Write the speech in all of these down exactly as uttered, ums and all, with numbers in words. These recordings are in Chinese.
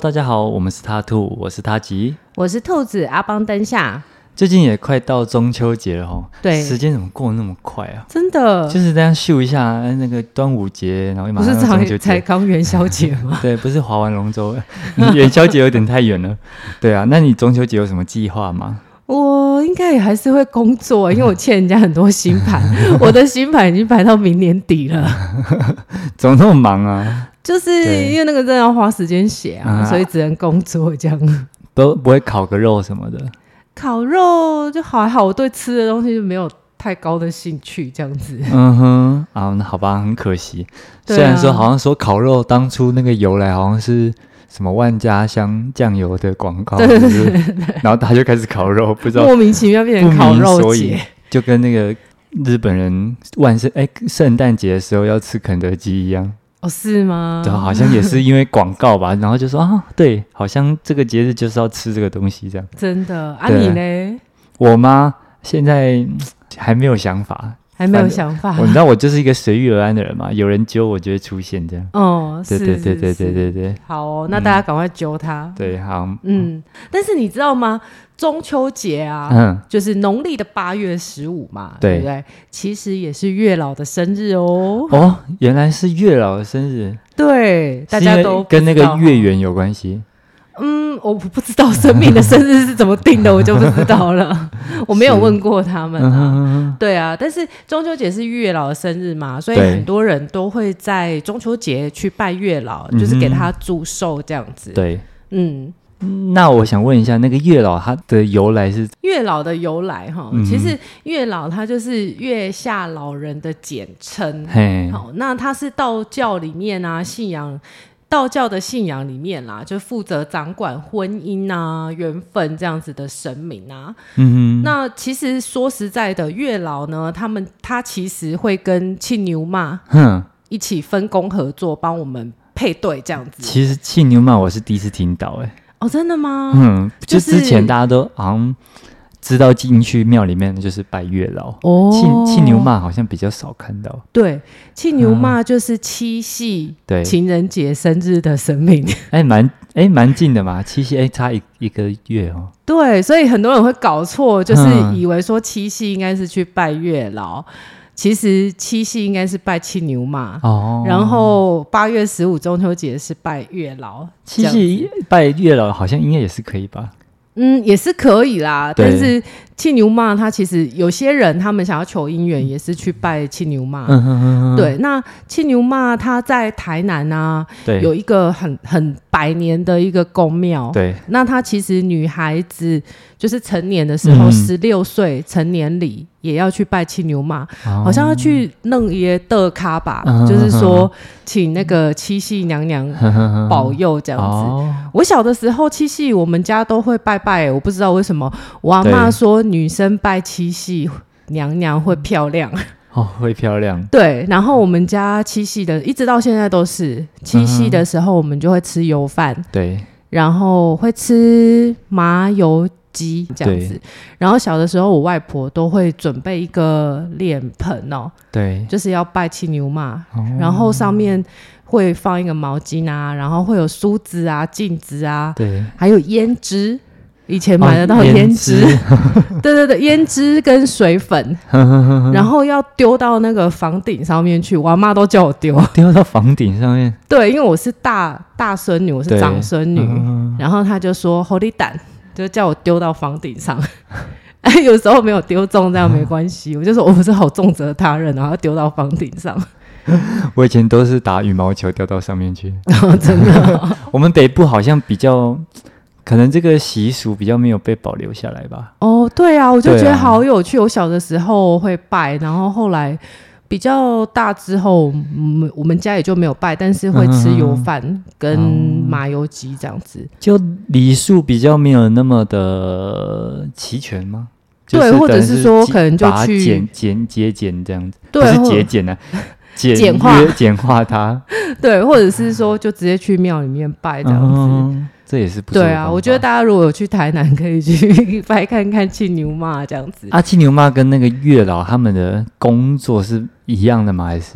大家好，我们是他兔，我是他吉， 我是兔子阿邦灯下。 最近也快到中秋节了齁， 对， 时间怎么过得那么快啊？ 真的， 就是这样秀一下那个端午节，然后马上中秋节， 不是才刚元宵节吗？ 对，不是划完龙舟，元宵节有点太远了。对啊，那你中秋节有什么计划吗？ 我应该也还是会工作，因为我欠人家很多星盘，我的星盘已经排到明年底了。 怎么那么忙啊？ 就是因为那个真的要花时间写啊，啊所以只能工作这样。 不不会烤个肉什么的？ 烤肉就还好，我对吃的东西就没有太高的兴趣，这样子。 嗯哼，啊，那好吧，很可惜。啊、虽然说好像说烤肉当初那个由来好像是什么万家香酱油的广告，对对对对对，然后他就开始烤肉，不知道莫名其妙变成烤肉节， 就跟那个日本人万圣哎圣诞节的时候要吃肯德基一样。 哦，是吗？ 对，好像也是因为广告吧，然后就说啊，对，好像这个节日就是要吃这个东西这样。 真的啊？你呢？ 我吗？现在还没有想法， 还没有想法。 你知道我就是一个随遇而安的人嘛，有人揪我就会出现这样。 哦， 对对对对对对对。 好哦，那大家赶快揪他。 嗯、对，好。 嗯，但是你知道吗？中秋节啊，嗯，就是农历的八月十五嘛， 对, 对不对？其实也是月老的生日哦。 哦，原来是月老的生日。 对，大家都跟那个月圆有关系。 嗯，我不知道生命的生日是怎么定的，我就不知道了。我没有问过他们啊。嗯、对啊，但是中秋节是月老的生日嘛，所以很多人都会在中秋节去拜月老，就是给他祝寿这样子。 对， 嗯。 那我想问一下，那个月老它的由来是？ 月老的由来哈，嗯、其实月老它就是月下老人的简称。好，那它是道教里面啊信仰。道教的信仰里面啦，就负责掌管婚姻啊、缘分这样子的神明啊。嗯哼，那其实说实在的，月老呢，他们他其实会跟庆牛妈一起分工合作，帮我们配对这样子。 其实庆牛妈我是第一次听到、欸，哎， 哦，真的吗？ 嗯，就之前大家都好像知道进去庙里面就是拜月老哦，庆庆牛妈好像比较少看到。 对，庆牛妈就是七夕情人节生日的神明， 哎，蛮哎蛮近的嘛，七夕哎差一一个月哦。 对，所以很多人会搞错，就是以为说七夕应该是去拜月老，嗯、其实七夕应该是拜庆牛妈哦。然后八月十五中秋节是拜月老， 七夕拜月老好像应该也是可以吧？ 嗯，也是可以啦，但是庆牛妈她其实有些人他们想要求姻缘，也是去拜庆牛妈。嗯哼哼哼，对，那庆牛妈她在台南啊，有一个很很百年的一个宫庙。对，那她其实女孩子就是成年的时候，十六岁成年礼也要去拜庆牛妈，哦、好像要去弄耶的卡吧，嗯、就是说请那个七夕娘娘保佑这样子。哦、我小的时候七夕我们家都会拜拜，我不知道为什么，我阿嬷说女生拜七夕娘娘会漂亮。 哦，会漂亮。 对，然后我们家七夕的一直到现在都是七夕的时候，我们就会吃油饭，对，然后会吃麻油鸡这样子。然后小的时候，我外婆都会准备一个脸盆哦，对，就是要拜庆牛妈，哦、然后上面会放一个毛巾啊，然后会有梳子啊、镜子啊，对，还有胭脂。以前买得到胭脂，哦、对对对，胭脂跟水粉，然后要丢到那个房顶上面去。我阿嬷都叫我丢， 丢到房顶上面。 对，因为我是大大孙女，我是长孙女，嗯、然后他就说 “Holy 蛋”，就叫我丢到房顶上。哎，有时候没有丢中，这样没关系。我就说我不是好重责他人，然后丢到房顶上。 我以前都是打羽毛球丢到上面去， 哦、真的、哦。 我们北部好像比较。可能这个习俗比较没有被保留下来吧。 哦，对啊，我就觉得好有趣。啊、我小的时候会拜，然后后来比较大之后，嗯，我们家也就没有拜，但是会吃油饭跟麻油鸡这样子。嗯、 就礼数比较没有那么的齐全吗？ 对， 就是、 或者是说可能就去减减节俭这样子， 对， 不是节俭啊。简简化简化它， 对，或者是说就直接去庙里面拜这样子，嗯、 这也是不错的。 对啊，我觉得大家如果有去台南，可以去拜看看庆牛妈这样子。 啊，庆牛妈跟那个月老他们的工作是一样的吗？还是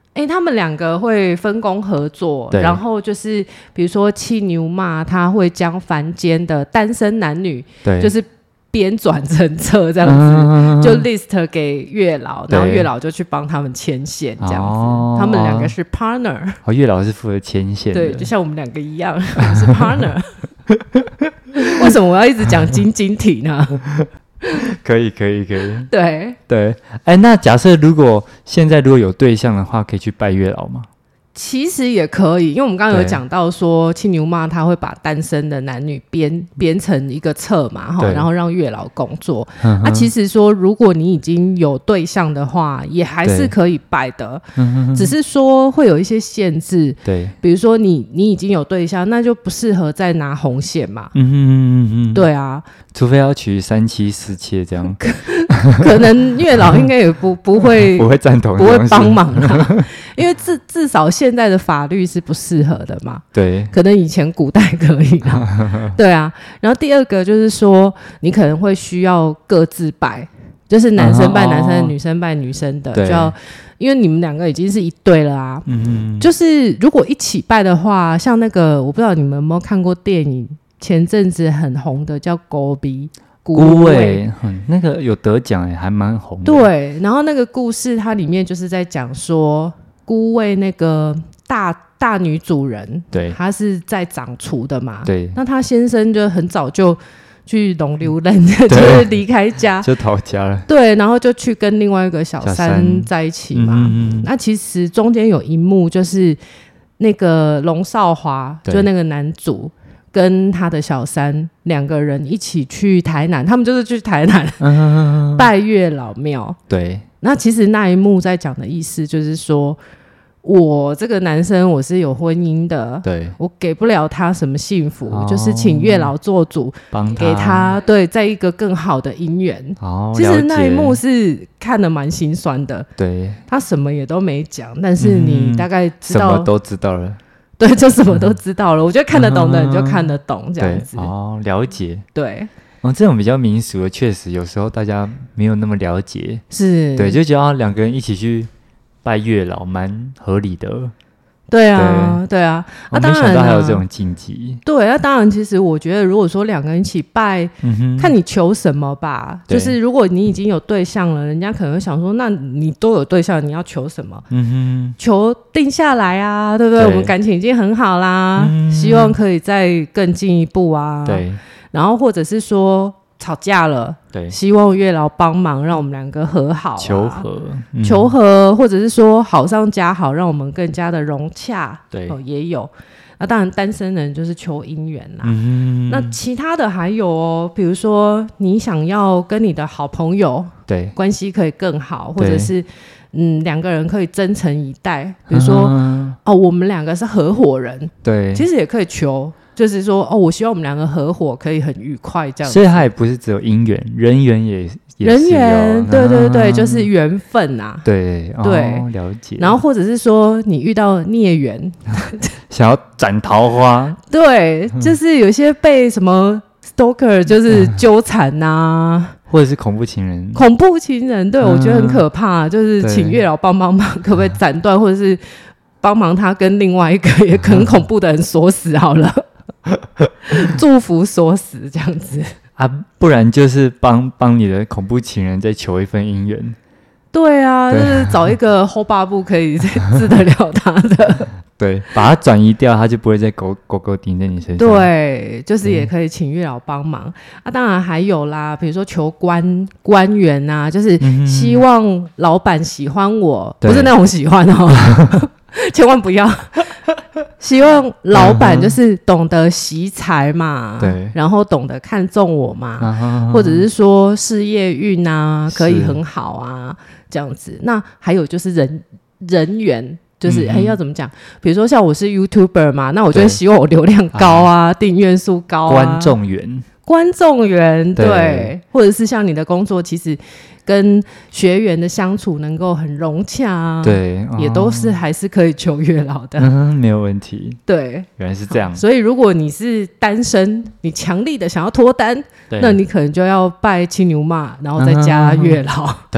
哎、欸，他们两个会分工合作，然后就是比如说七牛妈，他会将凡间的单身男女，就是编转成册这样子，嗯、就 list 给月老，然后月老就去帮他们牵线这样子。哦、他们两个是 partner， 哦，月老是负责牵线的， 对，就像我们两个一样是 partner。为什么我要一直讲晶晶体呢？ 可以可以可以， 对对，哎，那假设如果现在如果有对象的话，可以去拜月老吗？ 其实也可以，因为我们刚刚有讲到说七牛妈她会把单身的男女编编成一个册嘛，然后让月老工作。那、啊、其实说如果你已经有对象的话，也还是可以拜的，只是说会有一些限制。对，比如说你你已经有对象，那就不适合再拿红线嘛。嗯嗯嗯，对啊， 除非要娶三妻四妾这样。 可能月老应该也不不会不会赞同， 不会帮忙啊，因为至至少现在的法律是不适合的嘛。对，可能以前古代可以啦。对啊，然后第二个就是说，你可能会需要各自拜，就是男生拜男生的，哦、女生拜女生的，就要因为你们两个已经是一对了啊。嗯，就是如果一起拜的话，像那个我不知道你们有没有看过电影，前阵子很红的叫《孤味》。 孤味、嗯，那个有得奖哎，还蛮红的。 对，然后那个故事它里面就是在讲说，孤味那个大大女主人，对，她是在掌厨的嘛，对，那她先生就很早就去弄流浪，就是离开家， 就逃家了。 对，然后就去跟另外一个小三在一起嘛。嗯嗯，那其实中间有一幕就是那个龙少华，就那个男主。跟他的小三两个人一起去台南，他们就是去台南、嗯、拜月老庙。对，那其实那一幕在讲的意思就是说，我这个男生我是有婚姻的，对，我给不了他什么幸福，哦、就是请月老做主，帮他给他对在一个更好的姻缘。哦，其实那一幕是看得蛮心酸的。对，他什么也都没讲，但是你大概知道、 嗯、什么都知道了。 对，就什么都知道了。嗯、我觉得看得懂的人就看得懂，这样子。 哦，了解。 对， 哦，这种比较民俗的，确实有时候大家没有那么了解。 是， 对，就觉得两个人一起去拜月老，蛮合理的。 对啊，对啊， 我、啊、没想到还有这种禁忌。 对，那、啊、当然，其实我觉得，如果说两个人一起拜，嗯、看你求什么吧。就是如果你已经有对象了，人家可能会想说，那你都有对象，你要求什么？嗯哼，求定下来啊，对不对？对，我们感情已经很好啦，嗯、希望可以再更进一步啊。对，然后或者是说。吵架了，对，希望月老帮忙让我们两个和好、啊、 求和、 嗯、求和，或者是说好上加好，让我们更加的融洽。对、哦、也有。那当然单身人就是求姻缘啦、嗯、那其他的还有哦，比如说你想要跟你的好朋友对关系可以更好，或者是嗯两个人可以真诚以待，比如说、嗯、哦我们两个是合伙人，对，其实也可以求，就是说哦我希望我们两个合伙可以很愉快这样子。 所以它也不是只有姻缘，人缘也也人缘，对对对、嗯、就是缘分啊。对对、哦、了解。 然后或者是说你遇到孽缘想要斩桃花， 对、嗯、就是有些被什么 stalker 就是纠缠啊、嗯， 或者是恐怖情人， 恐怖情人，对、嗯、我觉得很可怕，就是请月老帮帮忙，可不可以斩断，或者是帮忙他跟另外一个也很恐怖的人锁死好了祝福锁死这样子啊，不然就是帮帮你的恐怖情人再求一份姻缘。 对啊，就是找一个后八部可以治得了他的对，把它转移掉，他就不会再勾勾勾顶在你身上。 对，就是也可以请月老帮忙、嗯、啊。当然还有啦，比如说求官官员啊，就是希望老板喜欢我、嗯、不是那种喜欢哦千万不要希望老板就是懂得惜才嘛，对，然后懂得看重我嘛、啊、或者是说事业运啊可以很好啊这样子。那还有就是人人缘，就是哎、嗯欸，要怎么讲？比如说像我是 YouTuber 嘛，那我就会希望我流量高啊，订阅数高啊， 观众缘， 观众缘，对，对，或者是像你的工作，其实跟学员的相处能够很融洽啊，对、哦，也都是还是可以求月老的， 嗯，没有问题。 对， 原来是这样。 所以如果你是单身，你强力的想要脱单，那你可能就要拜青牛妈，然后再加月老，嗯、 对。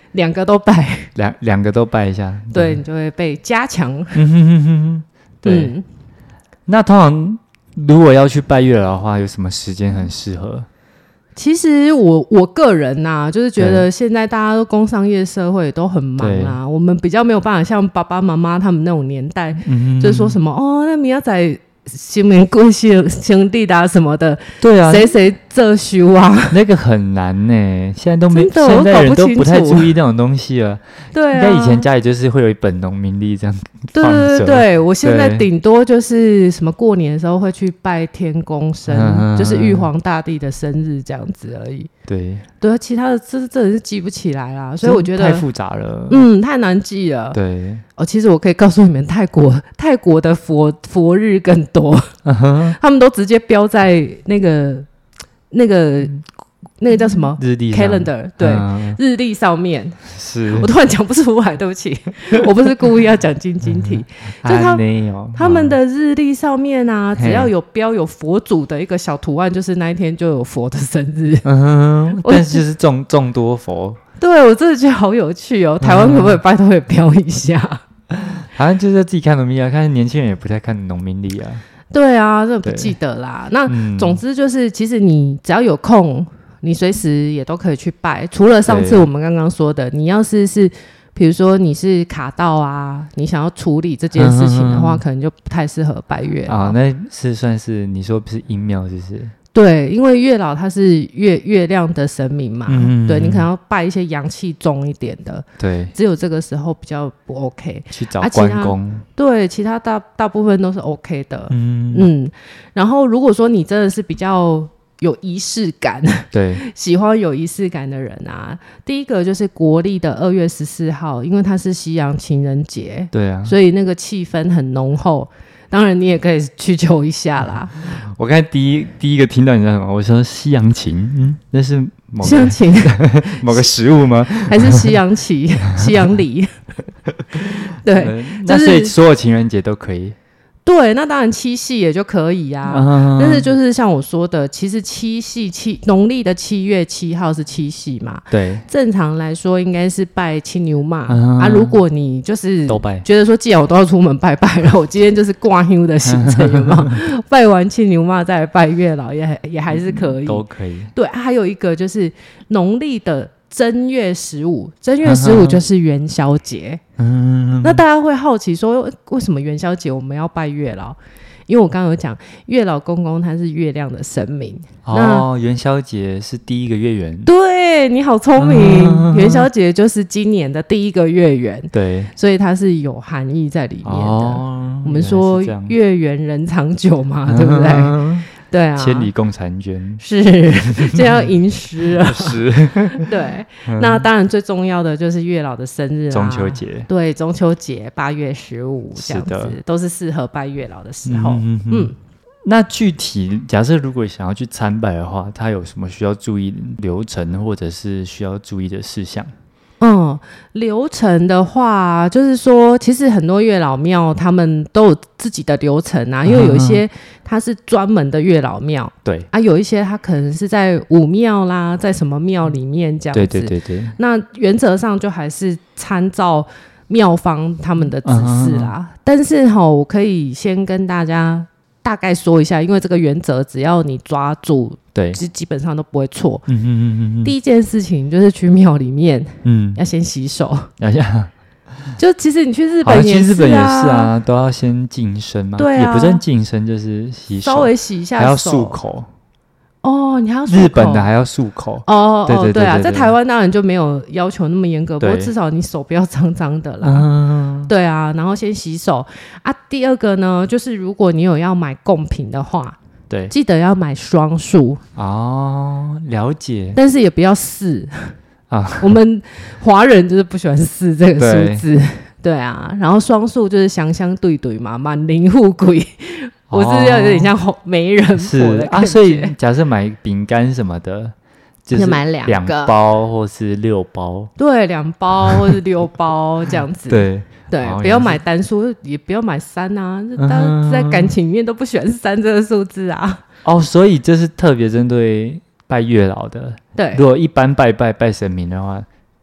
两个都拜， 两两个都拜一下， 对，你就会被加强。 对、嗯，那通常如果要去拜月老的话，有什么时间很适合？ 其实我我个人呐、啊，就是觉得现在大家都工商业社会都很忙啊，我们比较没有办法像爸爸妈妈他们那种年代，嗯、就是说什么哦，那明仔载新民贵姓兄弟啊什么的， 对啊， 谁谁这修啊， 那个很难呢、欸。现在都没，现在人都不太注意那种东西了。对、啊，应该以前家里就是会有一本农民历这样对放着。 对对对，我现在顶多就是什么过年的时候会去拜天公生，嗯、就是玉皇大帝的生日这样子而已。 对对，其他的这真的是记不起来啦，所以我觉得太复杂了， 嗯，太难记了。 对， 哦，其实我可以告诉你们，泰国泰国的佛佛日更多，uh-huh. 他们都直接标在那个那个那个叫什么日历 calendar， 对，uh-huh. 日历上面。 是我突然讲不出来，对不起，我不是故意要讲晶晶体，就他他们的日历上面啊，只要有标有佛祖的一个小图案，就是那一天就有佛的生日。 嗯、uh-huh. 但是就是众众多佛。 对，我真的觉得好有趣哦！台湾可不可以拜托也标一下？ 好像就是自己看农民历啊，看年轻人也不太看农民历啊。 对啊，这不记得啦。那、嗯、总之就是，其实你只要有空，你随时也都可以去拜。除了上次我们刚刚说的，你要是是，比如说你是卡到啊，你想要处理这件事情的话，嗯、可能就不太适合拜月老啊。那是算是你说不是阴庙，是不是？ 对，因为月老他是月月亮的神明嘛，嗯、对，你可能要拜一些阳气重一点的， 对， 只有这个时候比较不 OK。 去找关公，啊、 对，其他大大部分都是 OK 的，嗯嗯。然后如果说你真的是比较有仪式感， 对， 喜欢有仪式感的人啊，第一个就是国历的二月十四号，因为它是西洋情人节， 对啊， 所以那个气氛很浓厚。当然你也可以去求一下啦。 我刚才第一第一个听到你知道什么？我说西洋芹，嗯，那是某个西洋芹某个食物吗？ 还是西洋旗、西洋梨？对、嗯， 那所以所有情人节都可以。 对，那当然七夕也就可以啊。嗯、但是就是像我说的，其实七夕七农历的七月七号是七夕嘛。 对， 正常来说应该是拜青牛嘛、嗯、啊。如果你就是都拜， 觉得说既然我都要出门拜拜，然后我今天就是挂休的行程，有没有？拜完青牛嘛再来拜月老也也还是可以， 嗯、都可以。 对、啊，还有一个就是农历的正月十五，正月十五就是元宵节。嗯，那大家会好奇说，为什么元宵节我们要拜月老？因为我刚刚有讲，月老公公他是月亮的神明。 哦，元宵节是第一个月圆。 对，你好聪明、嗯。元宵节就是今年的第一个月圆。 对，所以它是有含义在里面的。 哦、 我们说月圆人长久嘛，嗯、对不对？对啊， 千里共婵娟是，这要吟诗了。 是， 对、嗯。那当然最重要的就是月老的生日啦， 中秋节。 对，中秋节八月十五这样子，都是适合拜月老的时候。嗯, 嗯, 嗯。 那具体假设如果想要去参拜的话，它有什么需要注意流程，或者是需要注意的事项？ 嗯，流程的话，就是说，其实很多月老庙他们都有自己的流程啊，因为有一些它是专门的月老庙， 对啊，有一些它可能是在武庙啦，在什么庙里面这样子， 对对对对。 那原则上就还是参照庙方他们的指示啦。嗯、但是哈，我可以先跟大家大概说一下，因为这个原则只要你抓住，对，基本上都不会错。嗯嗯嗯嗯。第一件事情就是去庙里面，嗯，要先洗手。要先，就其实你去日本也是啊， 去日本也是啊，都要先净身嘛。 对啊， 也不算净身，就是洗手， 稍微洗一下手， 还要漱口。 哦，你还要漱口？ 日本的还要漱口。 哦对对对对对，对啊，在台湾当然就没有要求那么严格，不过至少你手不要脏脏的啦。嗯，对啊，然后先洗手啊。第二个呢，就是如果你有要买贡品的话，对，记得要买双数。 哦，了解。 但是也不要四啊，我们华人就是不喜欢四这个数字。对, 对啊，然后双数就是祥祥对对嘛，满邻富贵。我是要有点像媒人婆的感觉、 啊、所以假设买饼干什么的，就是买两个两包或是六包， 对，两包或是六包这样子。 对对，不要买单数，也不要买三啊，大家在感情里面都不喜欢三这个数字啊。 哦，所以这是特别针对拜月老的。 对， 如果一般拜拜拜神明的话，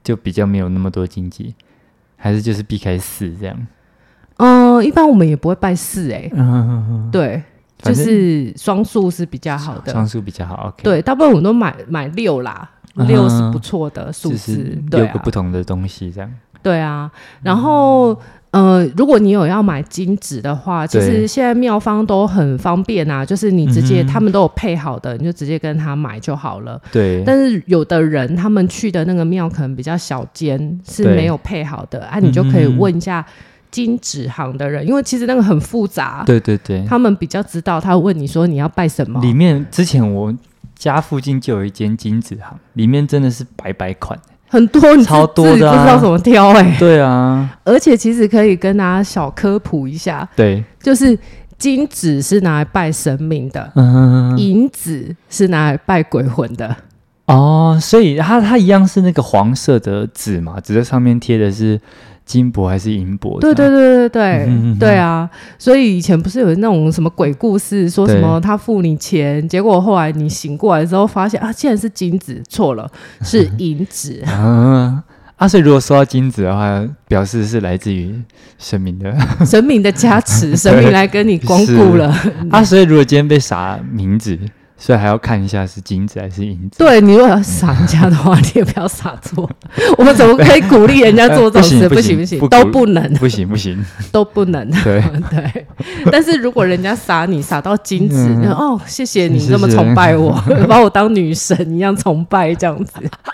就比较没有那么多禁忌，还是就是避开四这样？ 嗯，一般我们也不会拜四哎、欸嗯，对，就是双数是比较好的， 双数比较好 ，OK。 对，大部分我们都买买六啦，六是不错的数字， 就是六个不同的东西这样。 对啊，然后。呃，如果你有要买金纸的话，其实现在庙方都很方便啊，就是你直接、嗯、他们都有配好的，你就直接跟他买就好了。 对。 但是有的人他们去的那个庙可能比较小间，是没有配好的啊，你就可以问一下金纸行的人、嗯，因为其实那个很复杂。 对对对。 他们比较知道，他会问你说你要拜什么。 里面之前我家附近就有一间金纸行，里面真的是百百款。 很多，你超多的、啊、 不知道怎么挑哎、欸。 对啊， 而且其实可以跟大家小科普一下， 对， 就是金纸是拿来拜神明的，嗯，银纸是拿来拜鬼魂的。 哦，所以它它一样是那个黄色的纸嘛，只是上面贴的是金箔还是银箔？ 对对对对对、嗯、对啊！所以以前不是有那种什么鬼故事，说什么他付你钱，结果后来你醒过来之后发现啊，竟然是金纸，错了，是银纸。 啊啊！所以如果收到金纸的话，表示是来自于神明的神明的加持，神明来跟你光顾了。 啊，所以如果今天被撒冥纸，所以还要看一下是金子还是银子。 对，你如果要撒人家的话，你也不要撒错。我们怎么可以鼓励人家做这种事？不行不行，不都不能， 不行不行， 都不能。 对对。但是如果人家撒你撒到金子，嗯、哦，谢谢你这么崇拜我，把我当女神一样崇拜这样子。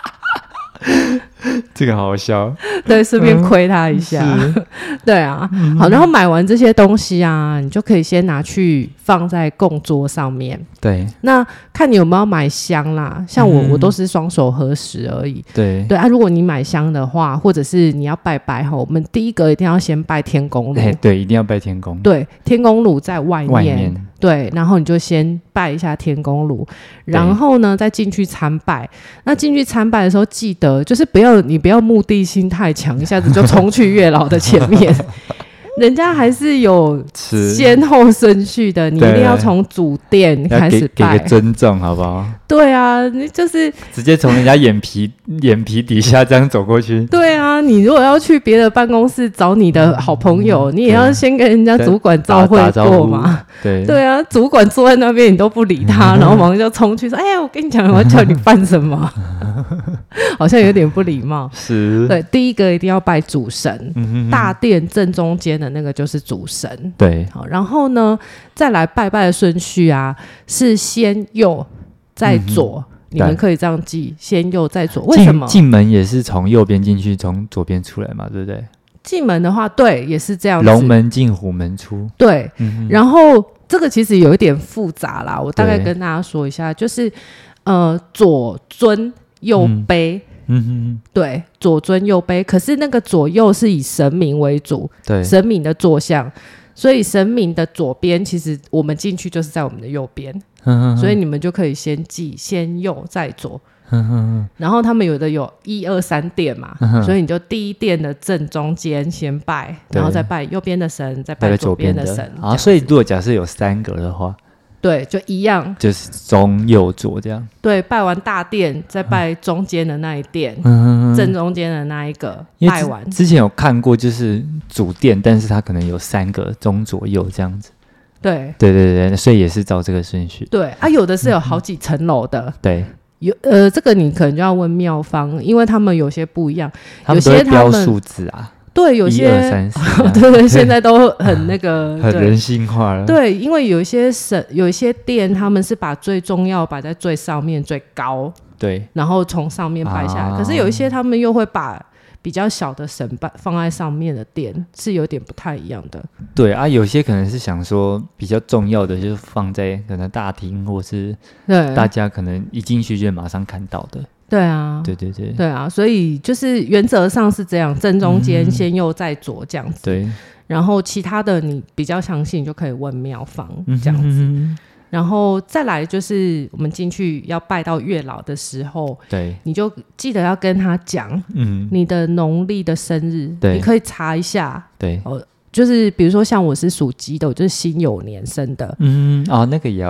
这个好好笑， 对，顺便亏他一下，嗯、对啊、嗯，好，然后买完这些东西啊，你就可以先拿去放在供桌上面。 对， 那看你有没有买香啦，像我，嗯、我都是双手合十而已。 对对啊，如果你买香的话，或者是你要拜拜吼，我们第一个一定要先拜天公炉。 对，一定要拜天公。 对，天公炉在外面。 外面对，然后你就先拜一下天公炉，然后呢再进去参拜。那进去参拜的时候，记得就是不要你不要目的性太强，一下子就冲去月老的前面。人家还是有先后顺序的，你一定要从主殿开始拜， 给, 给个尊重好不好？ 对啊，你就是直接从人家眼皮眼皮底下这样走过去。 对啊，你如果要去别的办公室找你的好朋友，嗯、你也要先跟人家主管照会过嘛。 对对啊，主管坐在那边你都不理他，然后马上就冲去说：“哎呀，我跟你讲，我要叫你办什么？”好像有点不礼貌。 是， 对，第一个一定要拜主神，嗯、大殿正中间的那个就是主神。 对， 好，然后呢，再来拜拜的顺序啊，是先右再左。嗯，你们可以这样记，先右再左。为什么？ 进门也是从右边进去，从左边出来嘛，对不对？ 进门的话，对，也是这样子。 龙门进，虎门出。 对，嗯、然后这个其实有一点复杂啦，我大概跟大家说一下，就是呃，左尊右卑。嗯哼，对，左尊右卑，可是那个左右是以神明为主， 对， 神明的坐像，所以神明的左边其实我们进去就是在我们的右边，嗯，所以你们就可以先记先右再左，嗯，然后他们有的有一二三殿嘛，嗯，所以你就第一殿的正中间先拜，然后再拜右边的神，再拜左边的神， 啊，所以如果假设有三个的话。 对，就一样， 就是中右左这样。 对，拜完大殿，再拜中间的那一殿，嗯，正中间的那一个拜完。 之前有看过，就是主殿，但是它可能有三个中左右这样子。 对， 对对对，所以也是照这个顺序。 对啊，有的是有好几层楼的。 嗯、对， 有呃，这个你可能就要问庙方，因为他们有些不一样， 他们都会标数字啊。 对，有些一二三四、啊， 对对，现在都很那个， 很人性化了。 对，因为有一些神，有一些店，他们是把最重要摆在最上面、最高， 对， 然后从上面摆下来。啊、可是有一些他们又会把比较小的神摆放在上面的店，是有点不太一样的。 对啊，有些可能是想说比较重要的，就是放在可能大厅，或是大家可能一进去就马上看到的。 对啊， 对对对， 对啊，所以就是原则上是这样，正中间先右再左这样子。 对， 然后其他的你比较相信，你就可以问庙方这样子。嗯、然后再来就是我们进去要拜到月老的时候， 对， 你就记得要跟他讲，嗯，你的农历的生日， 对， 你可以查一下， 对， 哦，就是比如说像我是属鸡的，我就是辛酉年生的， 嗯，哦，那个也要。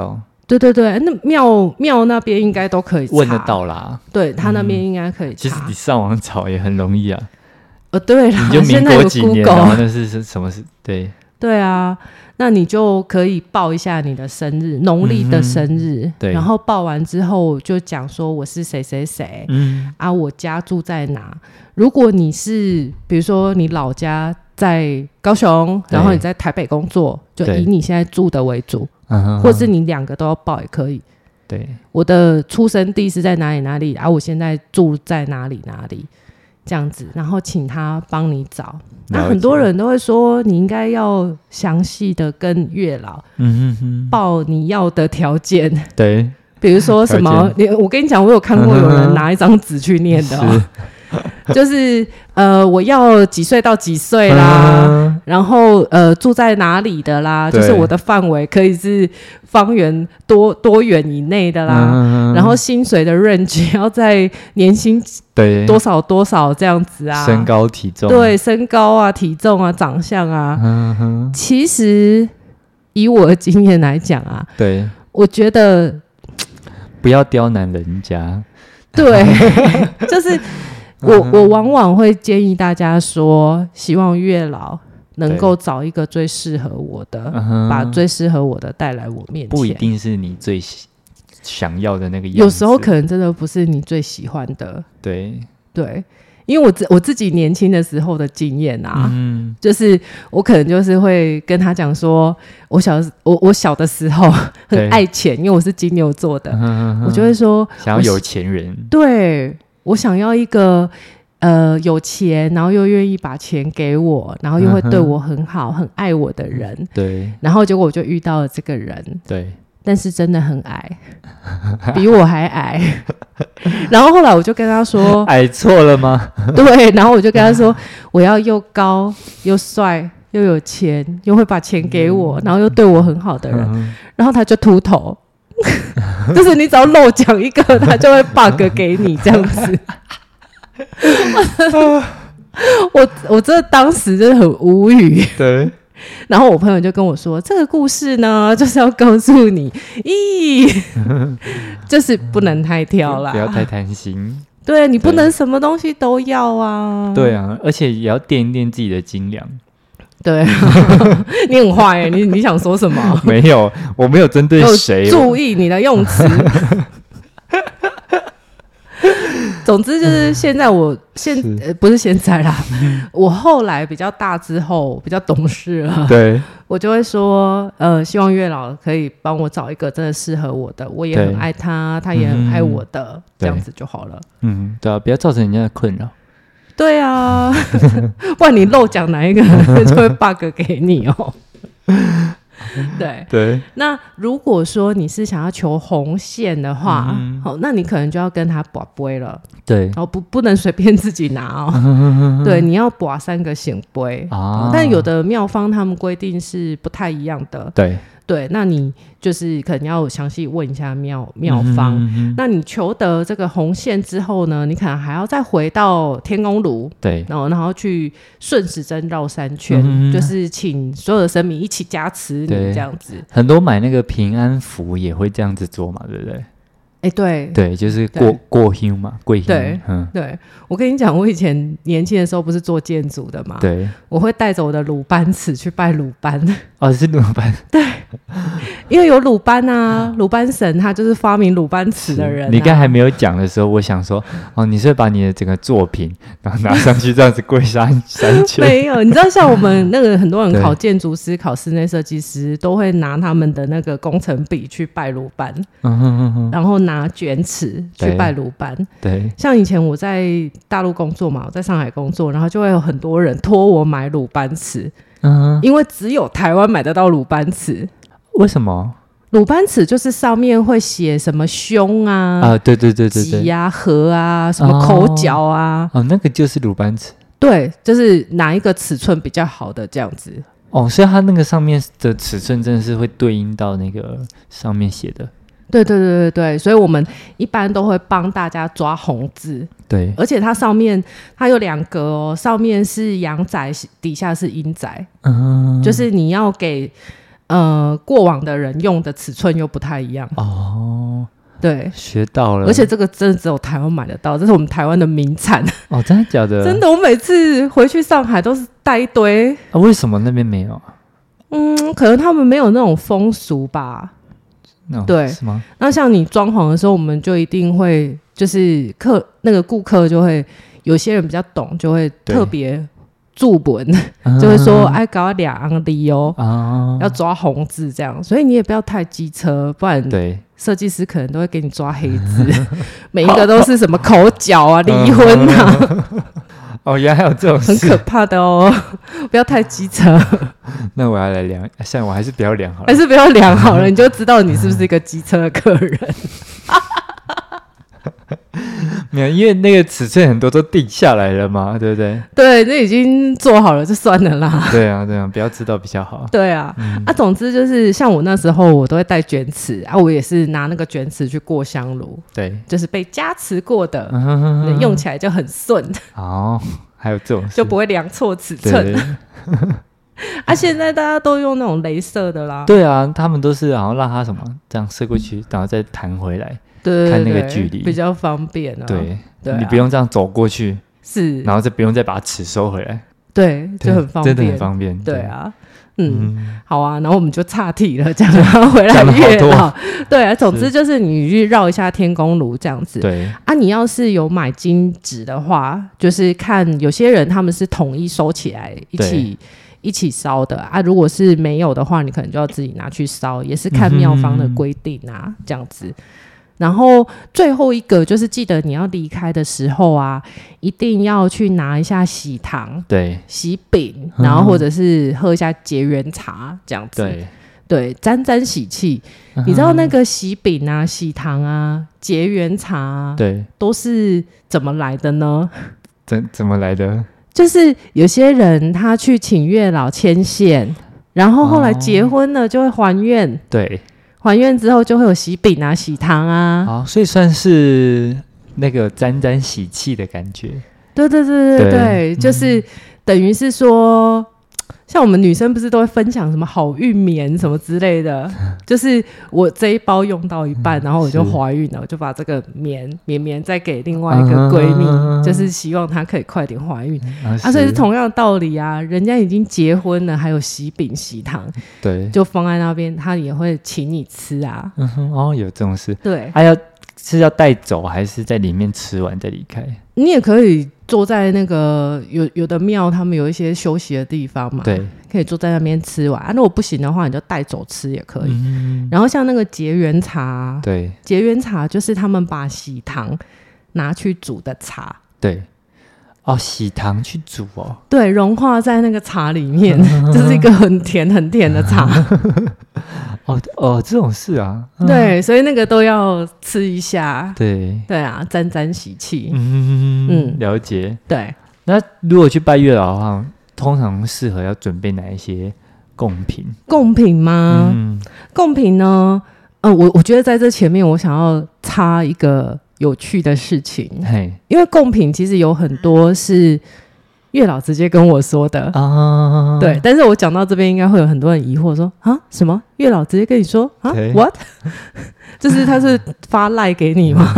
对对对，那庙庙那边应该都可以查， 问得到啦。 对他那边应该可以查、嗯。 其实你上网找也很容易啊。 呃，对啦， 你就民国几年， 然后那是是什么事？对对啊，那你就可以报一下你的生日，农历的生日、嗯，对，然后报完之后就讲说我是谁谁谁，嗯啊，我家住在哪？如果你是比如说你老家在高雄，然后你在台北工作，就以你现在住的为主，或是你两个都要报也可以。 对， 我的出生地是在哪里哪里啊？我现在住在哪里哪里？这样子，然后请他帮你找。那很多人都会说，你应该要详细的跟月老嗯哼哼报你要的条件。 对， 比如说什么，你我跟你讲，我有看过有人拿一张纸去念的、哦，就是呃，我要几岁到几岁啦，嗯、然后呃，住在哪里的啦，就是我的范围可以是方圆多多远以内的啦、嗯，然后薪水的 range 要在年薪对多少多少这样子啊， 身高体重对身高啊体重啊长相啊、嗯，其实以我的经验来讲啊， 对， 我觉得不要刁难人家， 对，就是我我往往会建议大家说，希望月老能够找一个最适合我的，把最适合我的带来我面前， 不一定是你最想要的那个样子， 有时候可能真的不是你最喜欢的， 对对，因为我自我自己年轻的时候的经验啊、嗯，就是我可能就是会跟他讲说，我小我我小的时候很爱钱，因为我是金牛座的，我就会说想要有钱人， 对，我想要一个呃有钱，然后又愿意把钱给我，然后又会对我很好、很爱我的人， 对， 然后结果我就遇到了这个人， 对。 但是真的很矮，比我还矮。然后后来我就跟他说：“ 矮错了吗？” 对，然后我就跟他说：“我要又高又帅又有钱，又会把钱给我，然后又对我很好的人。嗯”然后他就秃头，就是你只要漏讲一个，他就会 bug 给你这样子。我我真的当时真的很无语。 对。 然后我朋友就跟我说，这个故事呢就是要告诉你，咦，就是不能太挑啦， 不要太贪心， 对，你不能什么东西都要啊， 对啊，而且也要掂一掂自己的斤两， 对你很坏耶，你你想说什么？ 没有，我没有针对谁， 注意你的用词。总之就是现在我现、呃、不是现在啦，我后来比较大之后比较懂事了， 对， 我就会说呃，希望月老可以帮我找一个真的适合我的，我也很爱他，他也很爱我的、嗯、这样子就好了。 嗯，对啊，不要造成人家的困扰。 对啊，不然你漏讲哪一个就会 bug 给你哦。对对， 那如果说你是想要求红线的话、嗯哦、那你可能就要跟他拔杯了， 对， 然后 不, 不能随便自己拿哦、嗯、对，你要拔三个显杯、啊、但有的庙方他们规定是不太一样的， 对对，那你就是可能要详细问一下庙庙方、嗯嗯、那你求得这个红线之后呢，你可能还要再回到天公炉， 对， 然后然后去顺时针绕三圈、嗯、就是请所有的神明一起加持你这样子。 很多买那个平安符也会这样子做嘛，对不对？ 哎、欸，对对，就是过过香嘛，贵香。 对、嗯，对，我跟你讲，我以前年轻的时候不是做建筑的嘛， 对， 我会带着我的鲁班尺去拜鲁班。 哦，是鲁班， 对，因为有鲁班啊，鲁班神他就是发明鲁班尺的人、啊。 你刚还没有讲的时候，我想说，哦，你是会把你的整个作品然后拿上去这样子跪三三圈？ 没有，你知道像我们那个很多人考建筑师、考室内设计师，都会拿他们的那个工程笔去拜鲁班，嗯哼哼哼，然后拿。拿卷尺去拜鲁班， 对， 像以前我在大陆工作嘛，我在上海工作，然后就会有很多人托我买鲁班尺，嗯，因为只有台湾买得到鲁班尺。 为什么？ 鲁班尺就是上面会写什么胸啊， 啊，对对对对对， 脊啊、颌啊，什么口角啊， 哦，哦那个就是鲁班尺， 对，就是哪一个尺寸比较好的这样子。 哦，所以它那个上面的尺寸真的是会对应到那个上面写的。 对对对对对，所以我们一般都会帮大家抓红字， 对， 而且它上面它有两格哦，上面是阳宅，底下是阴宅，嗯，就是你要给呃过往的人用的尺寸又不太一样哦。 对， 学到了。 而且这个真的只有台湾买得到，这是我们台湾的名产。 哦，真的假的？ 真的，我每次回去上海都是带一堆。 啊，为什么那边没有啊？ 嗯，可能他们没有那种风俗吧。 哦、 对， 是吗？ 那像你装潢的时候，我们就一定会，就是客那个顾客就会，有些人比较懂，就会特别注本，就会说哎，搞俩昂的哦，啊、要抓红字这样，所以你也不要太机车，不然对。设计师可能都会给你抓黑字，每一个都是什么口角啊、离婚啊。 哦，原来还有这种事， 很可怕的哦，不要太机车。 那我要来量，现在我还是不要量好了， 还是不要量好了，你就知道你是不是一个机车的客人。 没有，因为那个尺寸很多都定下来了嘛，对不对？ 对，那已经做好了就算了啦。 对啊，对啊，不要知道比较好。 对啊，嗯、啊，总之就是像我那时候，我都会带卷尺啊，我也是拿那个卷尺去过香炉，对，就是被加持过的，嗯、用起来就很顺。 哦，还有这种事， 就不会量错尺寸。啊，现在大家都用那种雷射的啦。 对啊，他们都是好像让它什么这样射过去，然后再弹回来。对，看那个距离比较方便啊。 对，对啊，你不用这样走过去， 是， 然后再不用再把尺收回来， 对，就很方便， 真的很方便。 对啊，嗯，嗯好啊，然后我们就岔题了，这样然后回来月老，对啊，总之就是你去绕一下天公炉这样子。对啊，你要是有买金纸的话，就是看有些人他们是统一收起来一起。一起烧的啊，如果是没有的话，你可能就要自己拿去烧，也是看庙方的规定啊，嗯、这样子。然后最后一个就是记得你要离开的时候啊，一定要去拿一下喜糖，对，喜饼，然后或者是喝一下结缘茶，这样子。对对，沾沾喜气。嗯、你知道那个喜饼啊、喜糖啊、结缘茶啊，对，都是怎么来的呢？ 怎怎么来的？ 就是有些人他去请月老牵线，然后后来结婚了就会还愿，哦、对，还愿之后就会有喜饼啊、喜糖啊， 哦，所以算是那个沾沾喜气的感觉。 对对对对 对, 对，就是、嗯、等于是说，像我们女生不是都会分享什么好运棉什么之类的，就是我这一包用到一半，嗯、然后我就怀孕了，我就把这个棉棉棉再给另外一个闺蜜，嗯、就是希望她可以快点怀孕、嗯、啊，所以是同样的道理啊，人家已经结婚了，还有喜饼喜糖，对，就放在那边，她也会请你吃啊。 嗯哼，哦，有这种事， 对， 还要是要带走还是在里面吃完再离开？ 你也可以坐在那个有有的庙，他们有一些休息的地方嘛，对，可以坐在那边吃完、啊、如果不行的话，你就带走吃也可以。嗯、然后像那个结缘茶，对，结缘茶就是他们把喜糖拿去煮的茶， 对，哦，喜糖去煮哦， 对，融化在那个茶里面，这是一个很甜很甜的茶。 哦哦，这种事啊， 对，所以那个都要吃一下， 对对啊，沾沾喜气。 嗯嗯，了解。 对， 那如果去拜月老的话，通常适合要准备哪一些贡品？ 贡品吗？嗯，贡品呢？呃，我我觉得在这前面，我想要插一个有趣的事情，嘿，因为贡品其实有很多是月老直接跟我说的啊，对，但是我讲到这边应该会有很多人疑惑说啊，什么月老直接跟你说啊 ？What？ 就是他是发赖给你吗？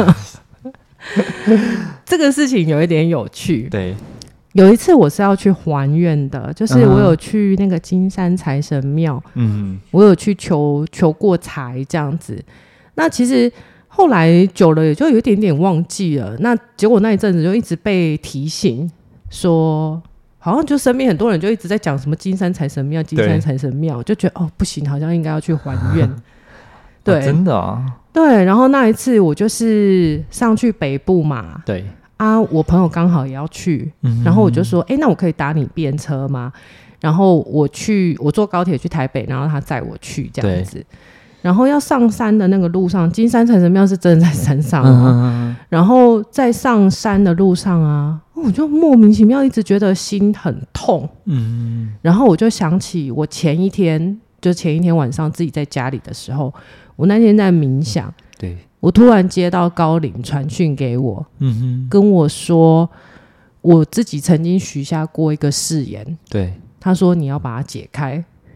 这个事情有一点有趣。对，有一次我是要去还愿的，就是我有去那个金山财神庙，嗯，我有去求求过财这样子。那其实后来久了也就有一点点忘记了，那结果那一阵子就一直被提醒。说好像就身边很多人就一直在讲什么金山财神庙金山财神庙，就觉得哦不行，好像应该要去还愿。对、哦、 真的啊， 对，然后那一次我就是上去北部嘛，对啊，我朋友刚好也要去、嗯、然后我就说哎，那我可以搭你便车吗？然后我去我坐高铁去台北，然后他载我去这样子。然后要上山的那个路上，金山财神庙是真的在山上啊、嗯、然后在上山的路上啊，我就莫名其妙一直觉得心很痛，嗯，然后我就想起我前一天就前一天晚上自己在家里的时候，我那天在冥想，对，我突然接到高龄传讯给我，嗯哼，跟我说我自己曾经许下过一个誓言，对，他说你要把它解开，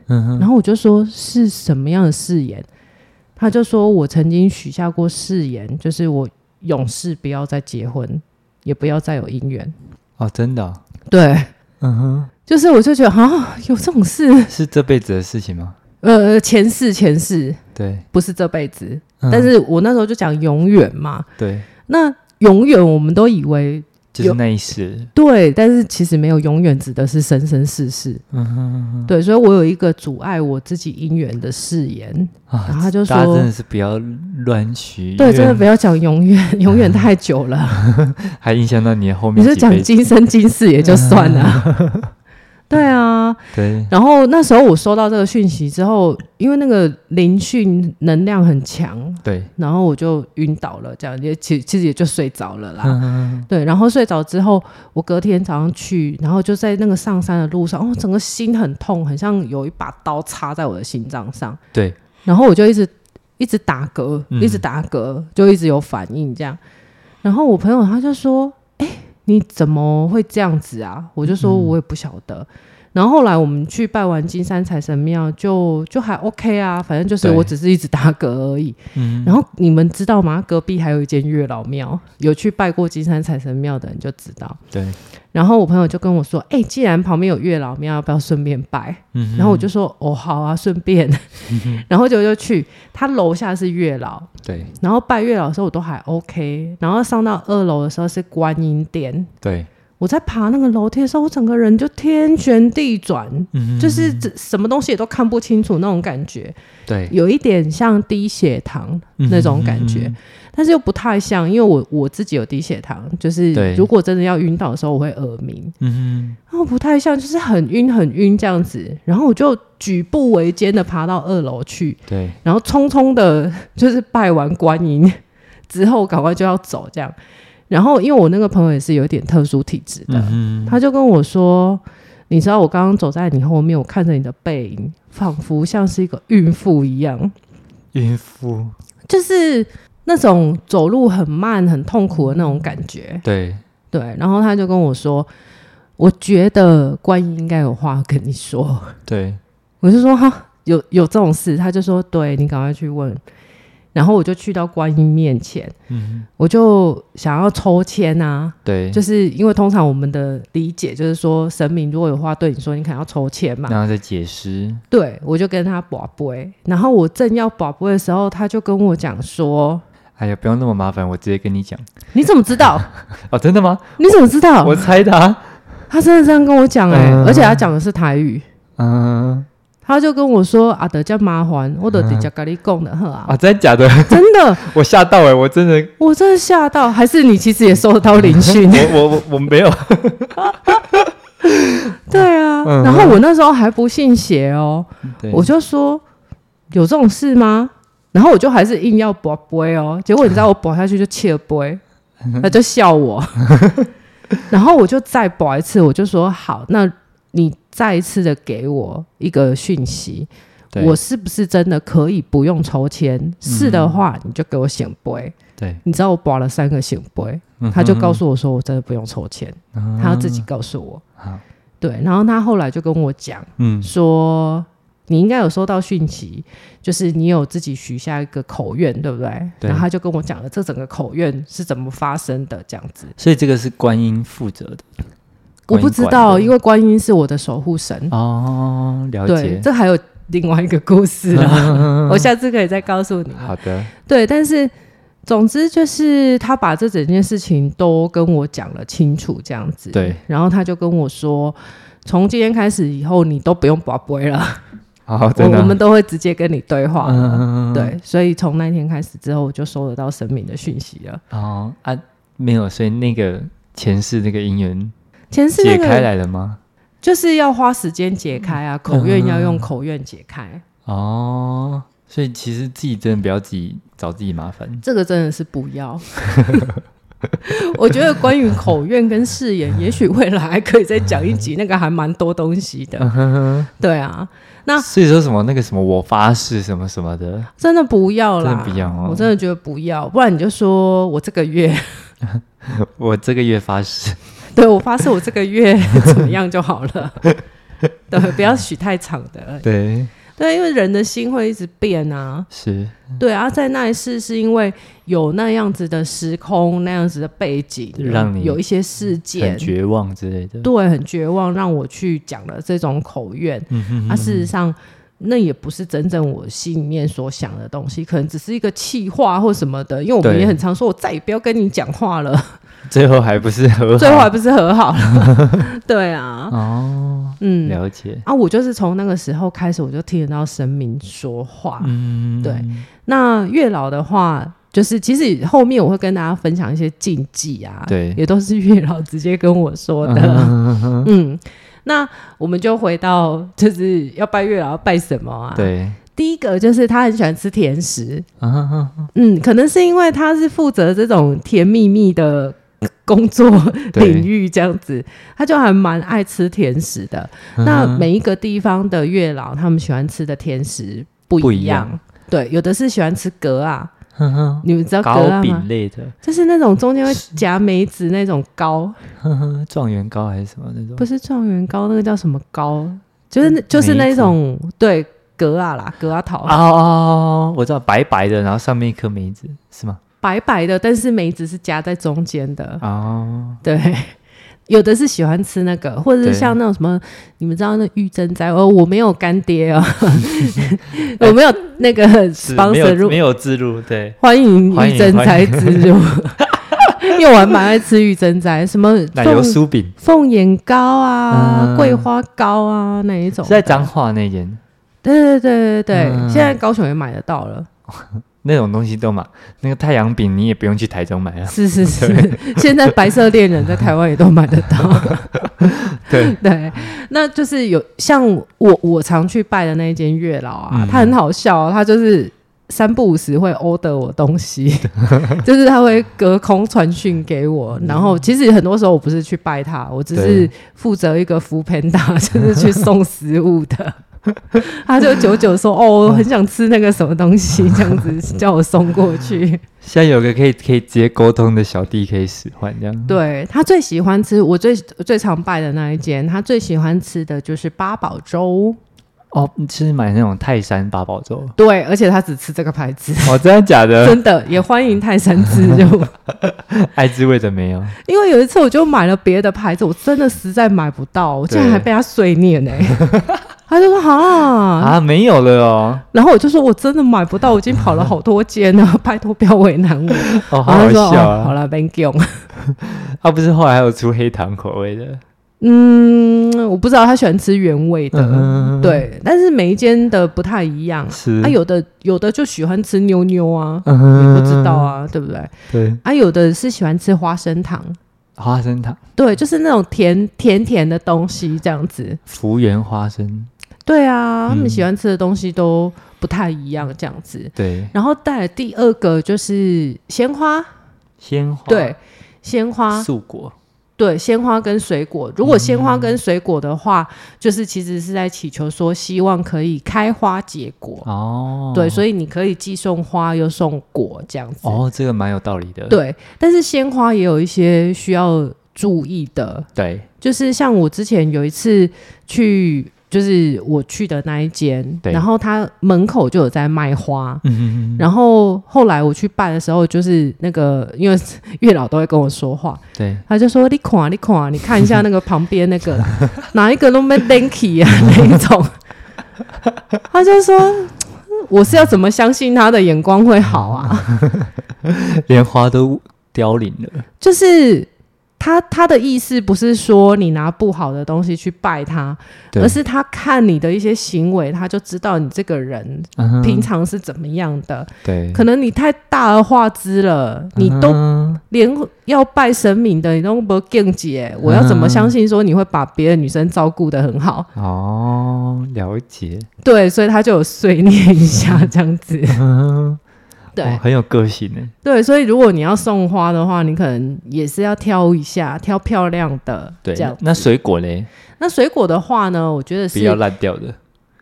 嗯、然后我就说是什么样的誓言？他就说我曾经许下过誓言，就是我永世不要再结婚，也不要再有姻缘。 哦，真的、哦？ 对， 嗯哼， 就是我就觉得啊，有这种事是这辈子的事情吗？ 呃，前世前世， 对，不是这辈子、嗯。但是我那时候就讲永远嘛， 对， 那永远我们都以为就是那一世， 对，但是其实没有永远，指的是生生世世。嗯哼嗯哼，对，所以我有一个阻碍我自己姻缘的誓言、啊、然后他就说， 大家真的是不要乱许， 对，真的不要讲永远，永远太久了， 还影响到你后面。 你就讲今生今世也就算了。对啊， 对。 然后那时候我收到这个讯息之后，因为那个灵讯能量很强， 对， 然后我就晕倒了，这样也其其实也就睡着了啦。嗯、对，然后睡着之后，我隔天早上去，然后就在那个上山的路上，哦，整个心很痛，很像有一把刀插在我的心脏上。 对， 然后我就一直一直打嗝，嗯、一直打嗝，就一直有反应这样。然后我朋友他就说：“哎、欸。”你怎么会这样子啊？我就说我也不晓得、嗯、然后后来我们去拜完金山财神庙就就还 OK 啊，反正就是我只是一直打嗝而已、嗯、然后你们知道吗？隔壁还有一间月老庙，有去拜过金山财神庙的人就知道。 对， 然后我朋友就跟我说，哎、欸，既然旁边有月老庙，要不要顺便拜、嗯、然后我就说哦好啊，顺便、嗯、然后就就去，他楼下是月老， 对，然后拜月老的时候我都还 OK， 然后上到二楼的时候是观音殿， 对， 我在爬那个楼梯的时候，我整个人就天旋地转、嗯、就是什么东西也都看不清楚那种感觉， 对， 有一点像低血糖那种感觉、嗯、但是又不太像，因为我我自己有低血糖，就是如果真的要晕倒的时候我会耳鸣，嗯，然后不太像，就是很晕很晕这样子，然后我就举步维艰的爬到二楼去， 对， 然后匆匆的就是拜完观音之后赶快就要走这样，然后因为我那个朋友也是有点特殊体质的、嗯、他就跟我说，你知道我刚刚走在你后面，我看着你的背影仿佛像是一个孕妇一样。 孕妇就是那种走路很慢很痛苦的那种感觉， 对对，然后他就跟我说，我觉得观音应该有话跟你说， 对， 我就说哈，有有这种事？他就说对，你赶快去问。然后我就去到观音面前、嗯、我就想要抽签啊， 对， 就是因为通常我们的理解就是说神明如果有话对你说，你可能要抽签嘛， 然后再解释， 对，我就跟他拔杯，然后我正要拔杯的时候，他就跟我讲说， 哎呀不用那么麻烦，我直接跟你讲。 你怎么知道？ 哦真的吗？ 你怎么知道？ 我猜的啊， 他真的这样跟我讲哎、欸嗯，而且他讲的是台语， 嗯， 他就跟我说啊，得叫麻烦，我得直接跟你讲的好啊。 啊，真的假的？ 真的， 我吓到哎、欸，我真的， 我真的吓到，还是你其实也收得到灵讯？ 我我我我没有。 对啊、嗯，然后我那时候还不信邪哦，我就说有这种事吗？然后我就还是硬要拔杯哦，结果你知道我拔下去就切杯，他就笑我。然后我就再拔一次，我就说好，那你再一次的给我一个讯息，我是不是真的可以不用抽签、嗯、是的话你就给我显杯。对，你知道我拔了三个显杯、嗯、他就告诉我说我真的不用抽签、嗯、他要自己告诉我。好，对，然后他后来就跟我讲、嗯、说你应该有收到讯息，就是你有自己许下一个口愿，对不 对, 对，然后他就跟我讲了这整个口愿是怎么发生的这样子。 所以这个是观音负责的？ 我不知道，因为观音是我的守护神。 哦，了解。 对，这还有另外一个故事啦。我下次可以再告诉你。 好的。对， 但是总之就是他把这整件事情都跟我讲了清楚这样子。对，然后他就跟我说，从今天开始以后你都不用拔杯了。 哦，真的？ 我们都会直接跟你对话了。嗯、对，所以从那天开始之后，我就收得到神明的讯息了。 哦啊，没有，所以那个前世那个姻缘。 前世、那个、 解开来了吗？ 就是要花时间解开啊，口愿要用口愿解开、 嗯、哦，所以其实自己真的不要自己找自己麻烦， 这个真的是不要。我觉得关于口愿跟誓言，也许未来还可以再讲一集，那个还蛮多东西的。对啊，那所以说什么那个什么我发誓什么什么的， 真的不要啦， 真的不要、哦、 我真的觉得不要，不然你就说我这个月我这个月发誓， 对，我发誓我这个月怎么样就好了。 对，不要许太长的。 对对，因为人的心会一直变啊。 是， 对啊，在那一世是因为有那样子的时空，那样子的背景， 让你有一些事件很绝望之类的。 对，很绝望，让我去讲了这种口愿。嗯哼哼，啊，事实上那也不是真正我心里面所想的东西，可能只是一个气话或什么的。因为我们也很常说，我再也不要跟你讲话了。 最后还不是和好， 最后还不是和好了。对啊， 哦，嗯，了解啊，我就是从那个时候开始，我就听得到神明说话。嗯，对。那月老的话，就是其实后面我会跟大家分享一些禁忌啊，对，也都是月老直接跟我说的。嗯, 嗯，那我们就回到就是要拜月老要拜什么啊？对。第一个就是他很喜欢吃甜食。嗯，可能是因为他是负责这种甜蜜蜜的工作领域这样子，他就还蛮爱吃甜食的。那每一个地方的月老他们喜欢吃的甜食不一样，不一样。对，有的是喜欢吃蛤啊，你们知道蛤啊吗？ 糕饼类的， 就是那种中间会夹梅子那种糕。 状元糕还是什么那种？ 不是状元糕，那个叫什么糕？就是就是那种对蛤啊啦，蛤啊桃。 哦哦，我知道，白白的，然后上面一颗梅子是吗？ 白白的，但是梅子是夹在中间的。哦，对，有的是喜欢吃那个，或者是像那种什么，你们知道那玉珍斋？哦，我没有干爹哦，我没有那个 sponsor 入， 没有置入，对， 欢迎玉珍斋置入。因为我还蛮爱吃玉珍斋，什么奶油酥饼、 凤眼糕啊、嗯、桂花糕啊那一种， 是在彰化那间。 对对对对对，嗯、现在高雄也买得到了。 那种东西都买，那个太阳饼你也不用去台中买了。 是是是，现在白色恋人在台湾也都买得到。对对，那就是有像我我常去拜的那一间月老啊，嗯、他很好笑、哦，他就是三不五时会 order 我东西，就是他会隔空传讯给我，然后其实很多时候我不是去拜他，我只是负责一个foodpanda，就是去送食物的。他就久久说哦，我很想吃那个什么东西，这样子叫我送过去。 现在有个可以可以直接沟通的小弟可以使唤，这样。 对，他最喜欢吃，我最最常拜的那一间，他最喜欢吃的就是八宝粥。 哦，你是买那种泰山八宝粥？ 对，而且他只吃这个牌子。 哦，真的假的？ 真的，也欢迎泰山自入。 爱滋味的没有？ 因为有一次我就买了别的牌子，我真的实在买不到，我竟然还被他碎念哎、欸。他就说啊啊没有了哦， 然后我就说我真的买不到，我已经跑了好多间了，拜托不要为难我。 哦，好好笑啊！ 哦、好了 ，thank you。 他不是后来还有出黑糖口味的？ 嗯，我不知道他喜欢吃原味的，嗯、对，但是每一间的不太一样。是啊，有的有的就喜欢吃妞妞啊，嗯、也不知道啊，对不对？对啊，有的是喜欢吃花生糖。 花生糖， 对，就是那种甜甜甜的东西，这样子。 福源花生。 对啊，他们喜欢吃的东西都不太一样，这样子。对，然后带来第二个就是鲜花， 鲜花， 对，鲜花， 素果， 对，鲜花跟水果。如果鲜花跟水果的话，嗯、就是其实是在祈求说，希望可以开花结果。哦，对，所以你可以既送花又送果这样子。 哦，这个蛮有道理的。 对，但是鲜花也有一些需要注意的。对，就是像我之前有一次去。就是我去的那一间，然后他门口就有在卖花，嗯哼哼，然后后来我去拜的时候，就是那个因为月老都会跟我说话，对，他就说你看你看，你看一下那个旁边那个啦，哪一个都没 Danky 啊那一种，他就说我是要怎么相信他的眼光会好啊？ 连花都凋零了，就是。 他他的意思不是说你拿不好的东西去拜他，而是他看你的一些行为，他就知道你这个人平常是怎么样的。对，可能你太大而化之了，你都连要拜神明的你都不敬戒，我要怎么相信说你会把别的女生照顾得很好？ 哦，了解。 对，所以他就有碎念一下这样子。对、 哦，很有个性耶。 对，所以如果你要送花的话，你可能也是要挑一下，挑漂亮的。对，这样。 那水果嘞？ 那水果的话呢，我觉得是不要烂掉的。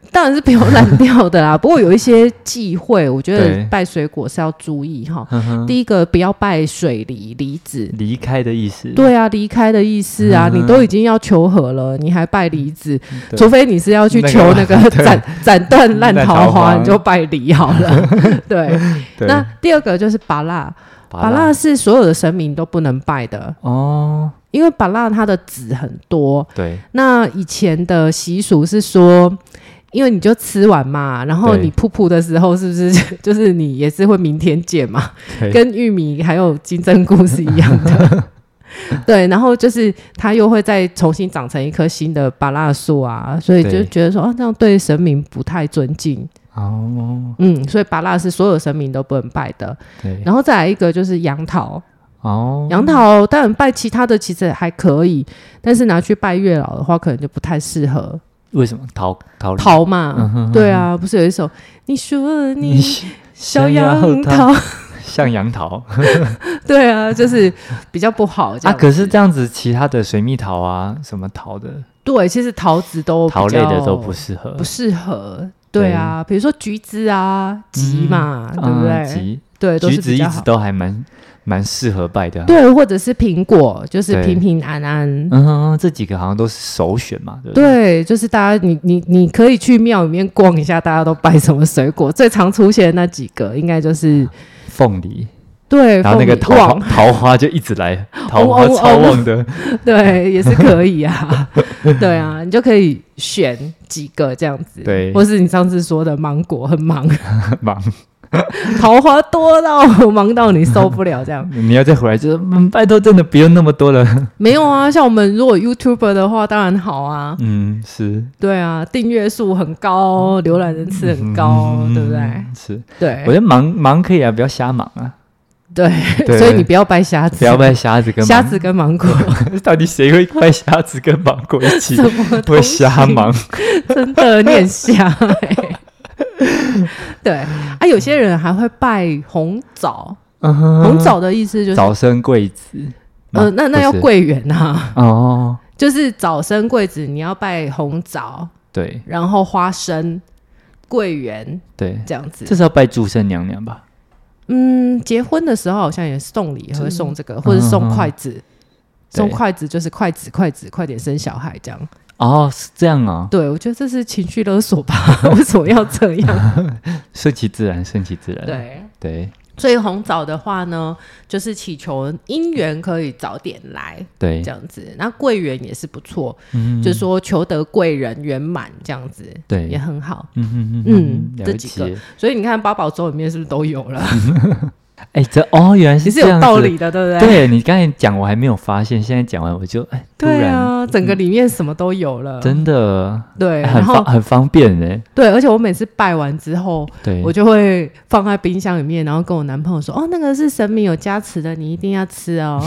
当然是不要烂掉的啦。不过有一些忌讳，我觉得拜水果是要注意哈。第一个，不要拜水梨、梨子， 离开的意思。 对啊，离开的意思啊，你都已经要求和了，你还拜梨子，除非你是要去求那个斩斩断烂桃花，你就拜梨好了。对，那第二个就是芭乐。芭乐是所有的神明都不能拜的哦，因为芭乐它的籽很多。 对， 那以前的习俗是说，因为你就吃完嘛，然后你噗噗的时候，是不是就是你也是会明天见嘛？跟玉米还有金针菇是一样的。对，然后就是它又会再重新长成一棵新的芭乐树啊，所以就觉得说，哦，这样对神明不太尊敬。哦，嗯，所以芭乐是所有神明都不能拜的。对，然后再来一个就是杨桃。哦，杨桃当然拜其他的其实还可以，但是拿去拜月老的话，可能就不太适合。 为什么？桃桃桃嘛、嗯哼哼，对啊，不是有一首你说你小杨桃像杨桃对啊，就是比较不好这样啊。可是这样子，其他的水蜜桃啊，什么桃的， 对，其实桃子都桃类的都不适合， 不适合。对啊，比如说橘子啊、橘嘛、嗯，对不对？橘， 对，都是橘子一直都还蛮蛮适合拜的、啊。 对，或者是苹果，就是平平安安。 嗯，这几个好像都是首选嘛，对不对？ 对，就是大家你你你可以去庙里面逛一下，大家都拜什么水果？最常出现的那几个，应该就是凤梨。 对， 然后那个桃花桃花就一直来，桃花超旺的， 对，也是可以啊，对啊，你就可以选几个这样子， 对， 或是你上次说的芒果很忙， 忙， 桃花多到忙到你受不了这样， 你要再回来就是、嗯、拜托，真的不用那么多了。 没有啊，像我们如果 YouTuber 的话，当然好啊， 嗯，是， 对啊，订阅数很高，浏览人次很高、嗯，对不对？ 是， 对， 我觉得忙忙可以啊，不要瞎忙啊。 对，所以你不要拜虾子， 不要拜虾子跟虾子跟芒果。 到底谁会拜虾子跟芒果一起？会瞎忙， 真的你很瞎、欸。对啊，有些人还会拜红枣。嗯、红枣的意思就是早生贵子。 呃，那那要桂圆啊。哦，就是早生贵子，你要拜红枣。 对， 然后花生、桂圆， 对， 这样子。 这是要拜祝生娘娘吧？ 嗯，结婚的时候好像也送礼会送这个，或者送筷子、嗯、送筷子就是筷子筷子快点生小孩这样。 哦，是这样啊。 对，我觉得这是情绪勒索吧。为什么要这样？ 顺其自然，顺其自然。 对对， 所以红枣的话呢，就是祈求姻缘可以早点来， 对， 这样子。那桂圆也是不错，嗯，就是说求得贵人圆满这样子，对，也很好。嗯嗯嗯，这几个，所以你看八宝粥里面是不是都有了？ 哎、欸，这哦，原来是这样子， 是有道理的，对不对？ 对，你刚才讲我还没有发现，现在讲完我就哎、欸，突然对啊，整个里面什么都有了， 真的， 对， 欸、很方很方便哎。 对，而且我每次拜完之后，对，我就会放在冰箱里面，然后跟我男朋友说：“哦，那个是神明有加持的，你一定要吃哦。”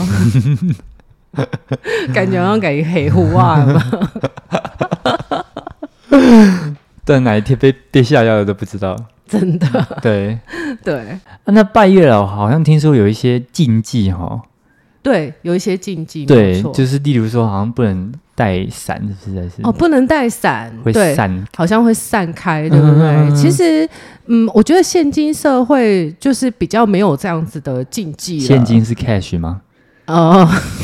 感觉好像给黑胡啊， 但哪一天被被下药了都不知道。 真的， 对对、 啊。那拜月老好像听说有一些禁忌哈。 对，有一些禁忌， 对，就是例如说好像不能带伞，是不是？ 哦，不能带伞， 会散， 好像会散开，对不对？嗯、其实，嗯，我觉得现今社会就是比较没有这样子的禁忌了。 现今是 cash 吗？ 哦。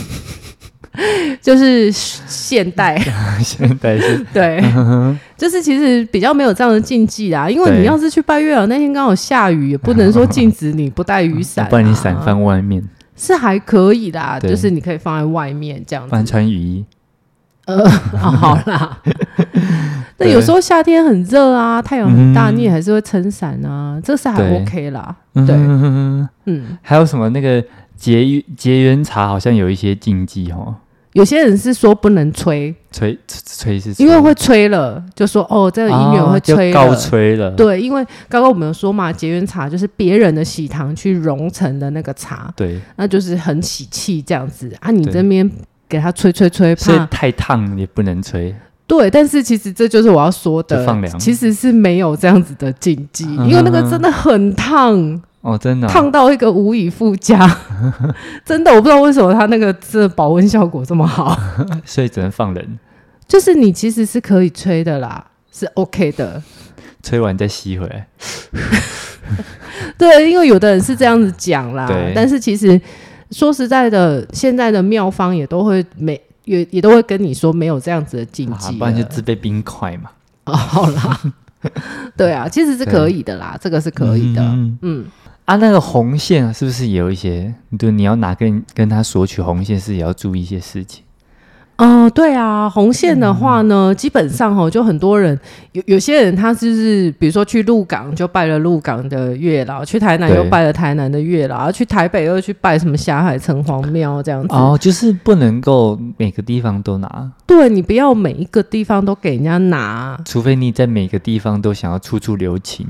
就是现代现代是对就是其实比较没有这样的禁忌啦，因为你要是去拜月老那天刚好下雨，也不能说禁止你不带雨伞、啊、 不然你伞放外面是还可以啦，就是你可以放在外面这样子， 不然穿雨衣呃、哦，好啦那有时候夏天很热啊，太阳很大、嗯、你也还是会撑伞啊，这是还 OK 啦。对，对嗯, 嗯还有什么那个结结缘茶好像有一些禁忌哦， 有些人是说不能吹， 吹吹是吹因为会吹了，就说哦，这个姻缘会吹了， 哦、就告吹了。 对，因为刚刚我们有说嘛，结缘茶就是别人的喜糖去融成的那个茶， 对， 那就是很喜气这样子啊。你这边给他吹吹吹， 所以太烫也不能吹。 对，但是其实这就是我要说的， 放凉其实是没有这样子的禁忌，嗯、因为那个真的很烫。 哦，真的、哦、 烫到一个无以复加真的我不知道为什么它那个这保温效果这么好所以只能放冷， 就是你其实是可以吹的啦， 是 OK 的。 吹完再吸回来。 对，因为有的人是这样子讲啦，但是其实说实在的，现在的妙方也都会没也也都会跟你说没有这样子的禁忌、啊， 不然就自备冰块嘛。 哦，好啦，对啊，其实是可以的啦，这个是可以的。嗯, 嗯啊，那个红线是不是也有一些？对，你要拿跟跟他索取红线是也要注意一些事情。 哦、呃，对啊，红线的话呢，嗯、基本上哦，就很多人有有些人他就是比如说去鹿港就拜了鹿港的月老，去台南又拜了台南的月老，去台北又去拜什么霞海城隍庙这样子。 哦，就是不能够每个地方都拿。 对，你不要每一个地方都给人家拿， 除非你在每个地方都想要处处留情。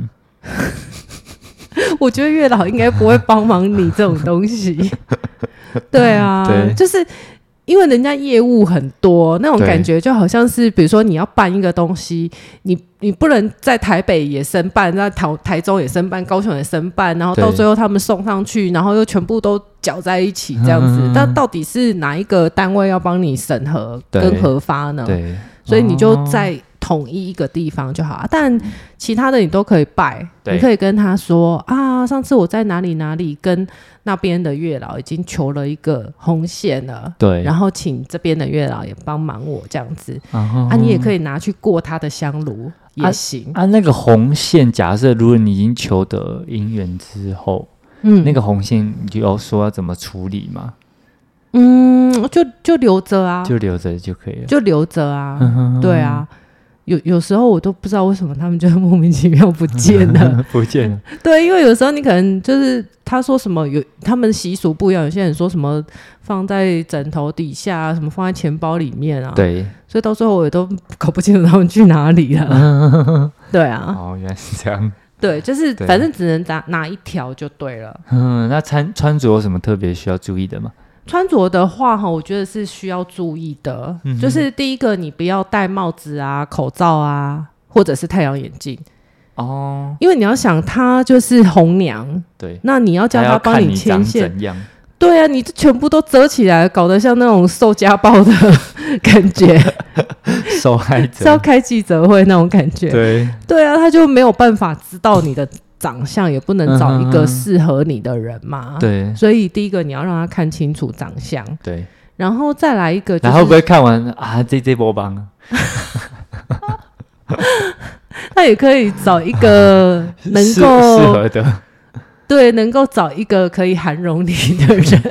我觉得月老应该不会帮忙你这种东西。对啊，对，就是因为人家业务很多，那种感觉就好像是比如说你要办一个东西，你你不能在台北也申办，在 台, 台中也申办，高雄也申办，然后到最后他们送上去，然后又全部都搅在一起这样子，但、嗯、到底是哪一个单位要帮你审核跟核发呢？对，所以你就在统一一个地方就好，但其他的你都可以拜，你可以跟他说啊，上次我在哪里哪里跟那边的月老已经求了一个红线了，对，然后请这边的月老也帮忙我这样子、uh-huh. 啊，你也可以拿去过他的香炉也行啊, 啊。那个红线，假设如果你已经求得姻缘之后，嗯，那个红线你就要说要怎么处理吗？ 嗯，就就留着啊， 就留着就可以了， 就留着啊，嗯、对啊。有有时候我都不知道为什么他们就莫名其妙不见了不见了。 对，因为有时候你可能就是他说什么有他们习俗不一样，有些人说什么放在枕头底下，什么放在钱包里面啊，对，所以到最后我也都搞不清楚他们去哪里了对啊， 哦，原来是这样。 对，就是反正只能拿拿一条就对了。 嗯，那穿穿着有什么特别需要注意的吗？ 穿着的话我觉得是需要注意的、嗯、就是第一个你不要戴帽子啊口罩啊或者是太阳眼镜哦，因为你要想她就是红娘，对，那你要叫她帮你牵线，对啊，你全部都遮起来，搞得像那种受家暴的感觉受害者是要开记者会那种感觉，对对啊，他就没有办法知道你的长相，也不能找一个适合你的人嘛，对、嗯，所以第一个你要让他看清楚长相，对，然后再来一个、就是， 然后会不会看完啊这这波帮啊他也可以找一个能够适合的， 对，能够找一个可以涵容你的人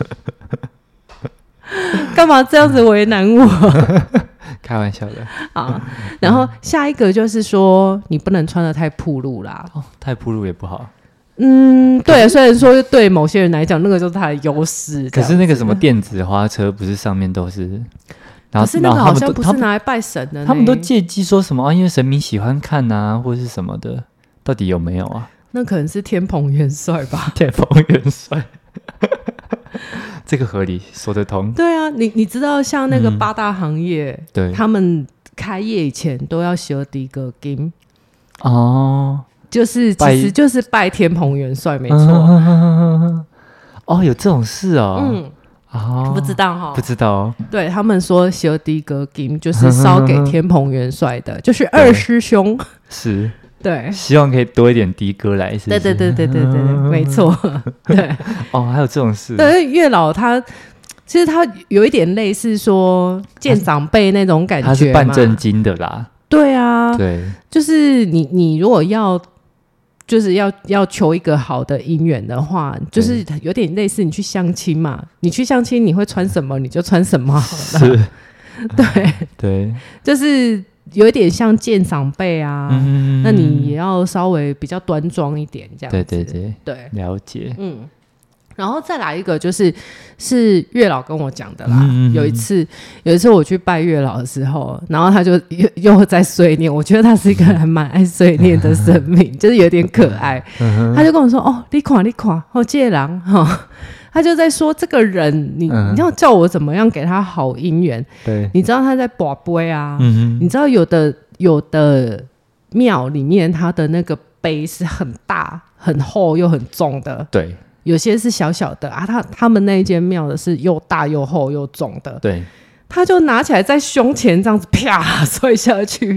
干嘛这样子为难我开玩笑的好，然后下一个就是说你不能穿得太暴露啦、 哦、太暴露也不好。 嗯，对，虽然说对某些人来讲那个就是他的优势， 可是那个什么电子花车不是上面都是，然后可是那个好像不是拿来拜神的， 他们都借机说什么、啊、因为神明喜欢看啊或是什么的，到底有没有啊？ 那可能是天蓬元帅吧天蓬元帅这个合理说得通。 对啊，你你知道像那个八大行业、嗯、对，他们开业以前都要修第一个金哦，就是其实就是拜天蓬元帅没错、嗯、 哦，有这种事哦。嗯哦，不知道哈， 不知道、哦。 对，他们说修第一个金就是烧给天蓬元帅的就是二师兄是，对， 希望可以多一点的哥来，是不是？ 对对对对对对对，没错。对， 哦，还有这种事。 对，月老他其实他有一点类似说见长辈那种感觉嘛，他是办正经的啦。 对啊， 对， 就是你你如果要就是要要求一个好的姻缘的话，就是有点类似你去相亲嘛，你去相亲你会穿什么你就穿什么好了。是，对对，就是有一点像见长辈啊、嗯、那你也要稍微比较端庄一点这样子。 对对对对， 了解。 嗯，然后再来一个就是是月老跟我讲的啦、嗯、有一次有一次我去拜月老的时候，然后他就 又, 又在碎念，我觉得他是一个还蛮爱碎念的神明就是有点可爱、嗯、他就跟我说哦你看你看哦这个人、哦、他就在说这个人你、嗯、你要叫我怎么样给他好姻缘。对，你知道他在跋杯啊、嗯、你知道有的有的庙里面他的那个杯是很大很厚又很重的，对，有些是小小的啊，他他们那一间庙的是又大又厚又重的，对，他就拿起来在胸前这样子啪摔下去，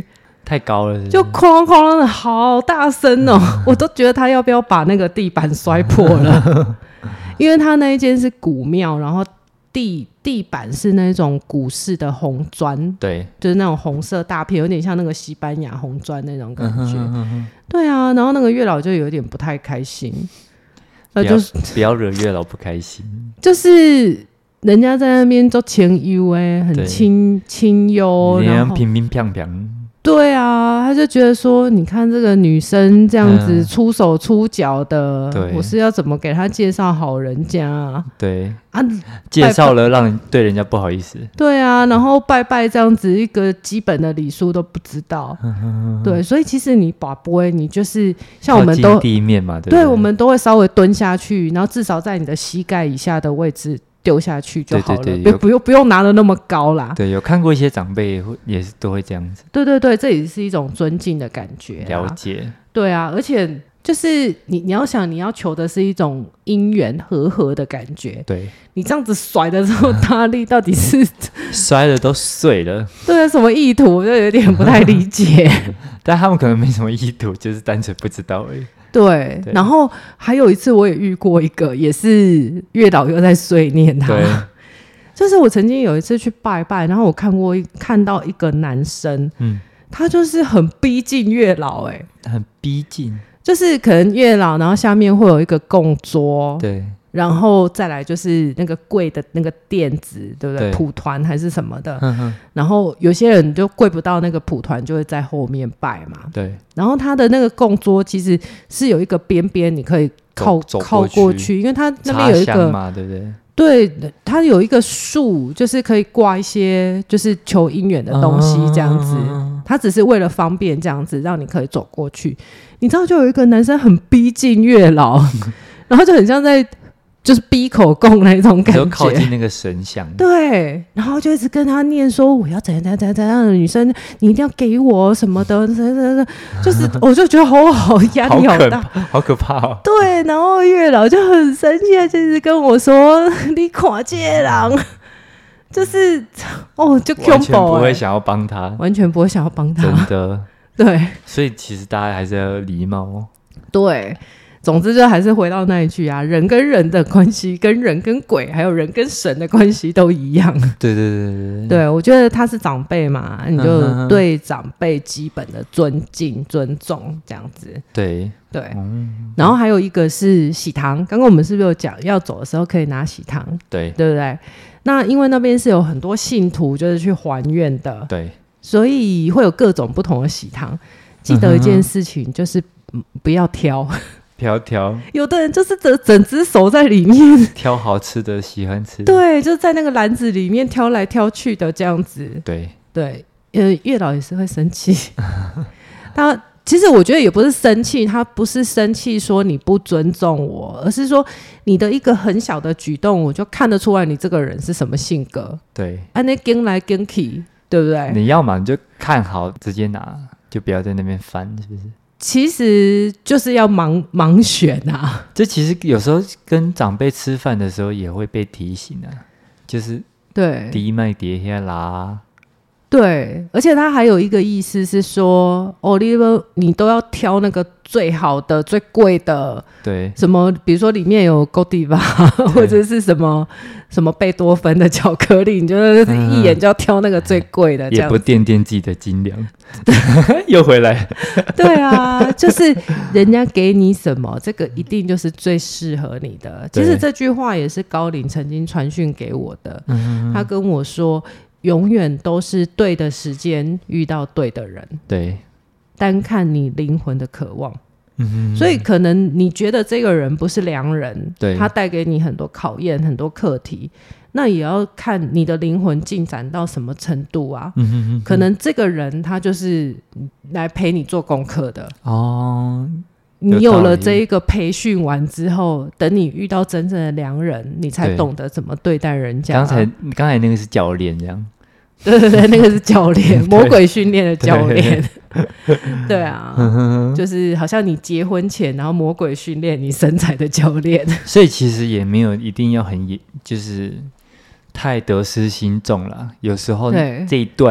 太高了是不是， 就哐哐的好大声哦，我都觉得他要不要把那个地板摔破了，因为他那一间是古庙，然后地地板是那种古式的红砖， 对， 就是那种红色大片，有点像那个西班牙红砖那种感觉。嗯哼嗯哼，对啊，然后那个月老就有点不太开心， 不要、就是、不要惹月老不开心， 就是人家在那边做清幽哎，很清清幽， 然后乒乒乓乓。 对啊，他就觉得说，你看这个女生这样子出手出脚的，嗯、我是要怎么给她介绍好人家啊？ 对啊，介绍了让人对人家不好意思。 对啊，然后拜拜这样子，一个基本的礼数都不知道。对，所以其实你把不会，你就是像我们都地面嘛，对不对？对，我们都会稍微蹲下去，然后至少在你的膝盖以下的位置。丢下去就好了，对对对，不用不用拿得那么高啦。 对，有看过一些长辈也是都会这样子。 对对对，这也是一种尊敬的感觉。 了解。 对啊，而且就是你你要想，你要求的是一种姻缘和合的感觉。 对， 你这样子甩的这么大力，到底是摔的都碎了。 对啊，什么意图？我就有点不太理解。 但他们可能没什么意图，就是单纯不知道而已。 对，对，然后还有一次我也遇过一个，也是月老又在碎念他。就是我曾经有一次去拜拜，然后我看过一看到一个男生，嗯，他就是很逼近月老，哎， 很逼近， 就是可能月老，然后下面会有一个供桌， 对。 然后再来就是那个跪的那个垫子，对不对？蒲团还是什么的，嗯，然后有些人就跪不到那个蒲团，就会在后面拜嘛。 对。 然后他的那个供桌其实是有一个边边，你可以靠走靠过去，因为他那边有一个嘛，对不对？ 对，他有一个树，就是可以挂一些就是求姻缘的东西，这样子。嗯，他只是为了方便这样子，让你可以走过去。你知道，就有一个男生很逼近月老，然后就很像在。就是闭口供那种感觉， 就靠近那个神像， 对，然后就一直跟他念说我要怎样怎样怎样怎样的女生，你一定要给我什么的，就是我就觉得好好压力好大， 好可怕哦。 对，然后月老就很生气，就是跟我说你看这个人，就是哦，就完全不会想要帮他， 完全不会想要帮他， 真的， 对， 所以其实大家还是要有礼貌哦。 对。总之就还是回到那一句啊，人跟人的关系跟人跟鬼还有人跟神的关系都一样。 对对对对对，我觉得他是长辈嘛，你就对长辈基本的尊敬尊重这样子。 对对、嗯、然后还有一个是喜糖，刚刚我们是不是有讲要走的时候可以拿喜糖？ 对对不对？那因为那边是有很多信徒就是去还愿的， 对， 所以会有各种不同的喜糖。记得一件事情，就是、嗯、不要挑挑挑， 有的人就是整整只手在里面挑好吃的，喜欢吃的， 对，就在那个篮子里面挑来挑去的这样子。 对对，呃，月老也是会生气。他其实我觉得也不是生气，他不是生气说你不尊重我，而是说你的一个很小的举动，我就看得出来你这个人是什么性格。 对， 啊，那跟来跟去，对不对？ 你要嘛你就看好直接拿，就不要在那边翻，是不是？ 其实就是要盲盲选啊。 这其实有时候跟长辈吃饭的时候也会被提醒啊，就是对低麦碟下拉。 对，而且他还有一个意思是说，哦，你你都要挑那个最好的、最贵的， 对， 什么比如说里面有 Godiva 或者是什么什么贝多芬的巧克力，你就是一眼就要挑那个最贵的，这样也不掂掂自己的斤两，又回来。 对啊，就是人家给你什么，这个一定就是最适合你的。其实这句话也是高龄曾经传讯给我的，嗯，他跟我说。永远都是对的时间遇到对的人， 对， 单看你灵魂的渴望，嗯，所以可能你觉得这个人不是良人，对，他带给你很多考验很多课题，那也要看你的灵魂进展到什么程度啊，嗯哼哼，可能这个人他就是来陪你做功课的哦，你有了这一个培训完之后，等你遇到真正的良人，你才懂得怎么对待人家，啊， 刚才刚才那个是教练这样， 对对对，那个是教练，魔鬼训练的教练。对, 对啊，就是好像你结婚前，然后魔鬼训练你身材的教练。 所以其实也没有一定要很就是太得失心重啦，有时候这一段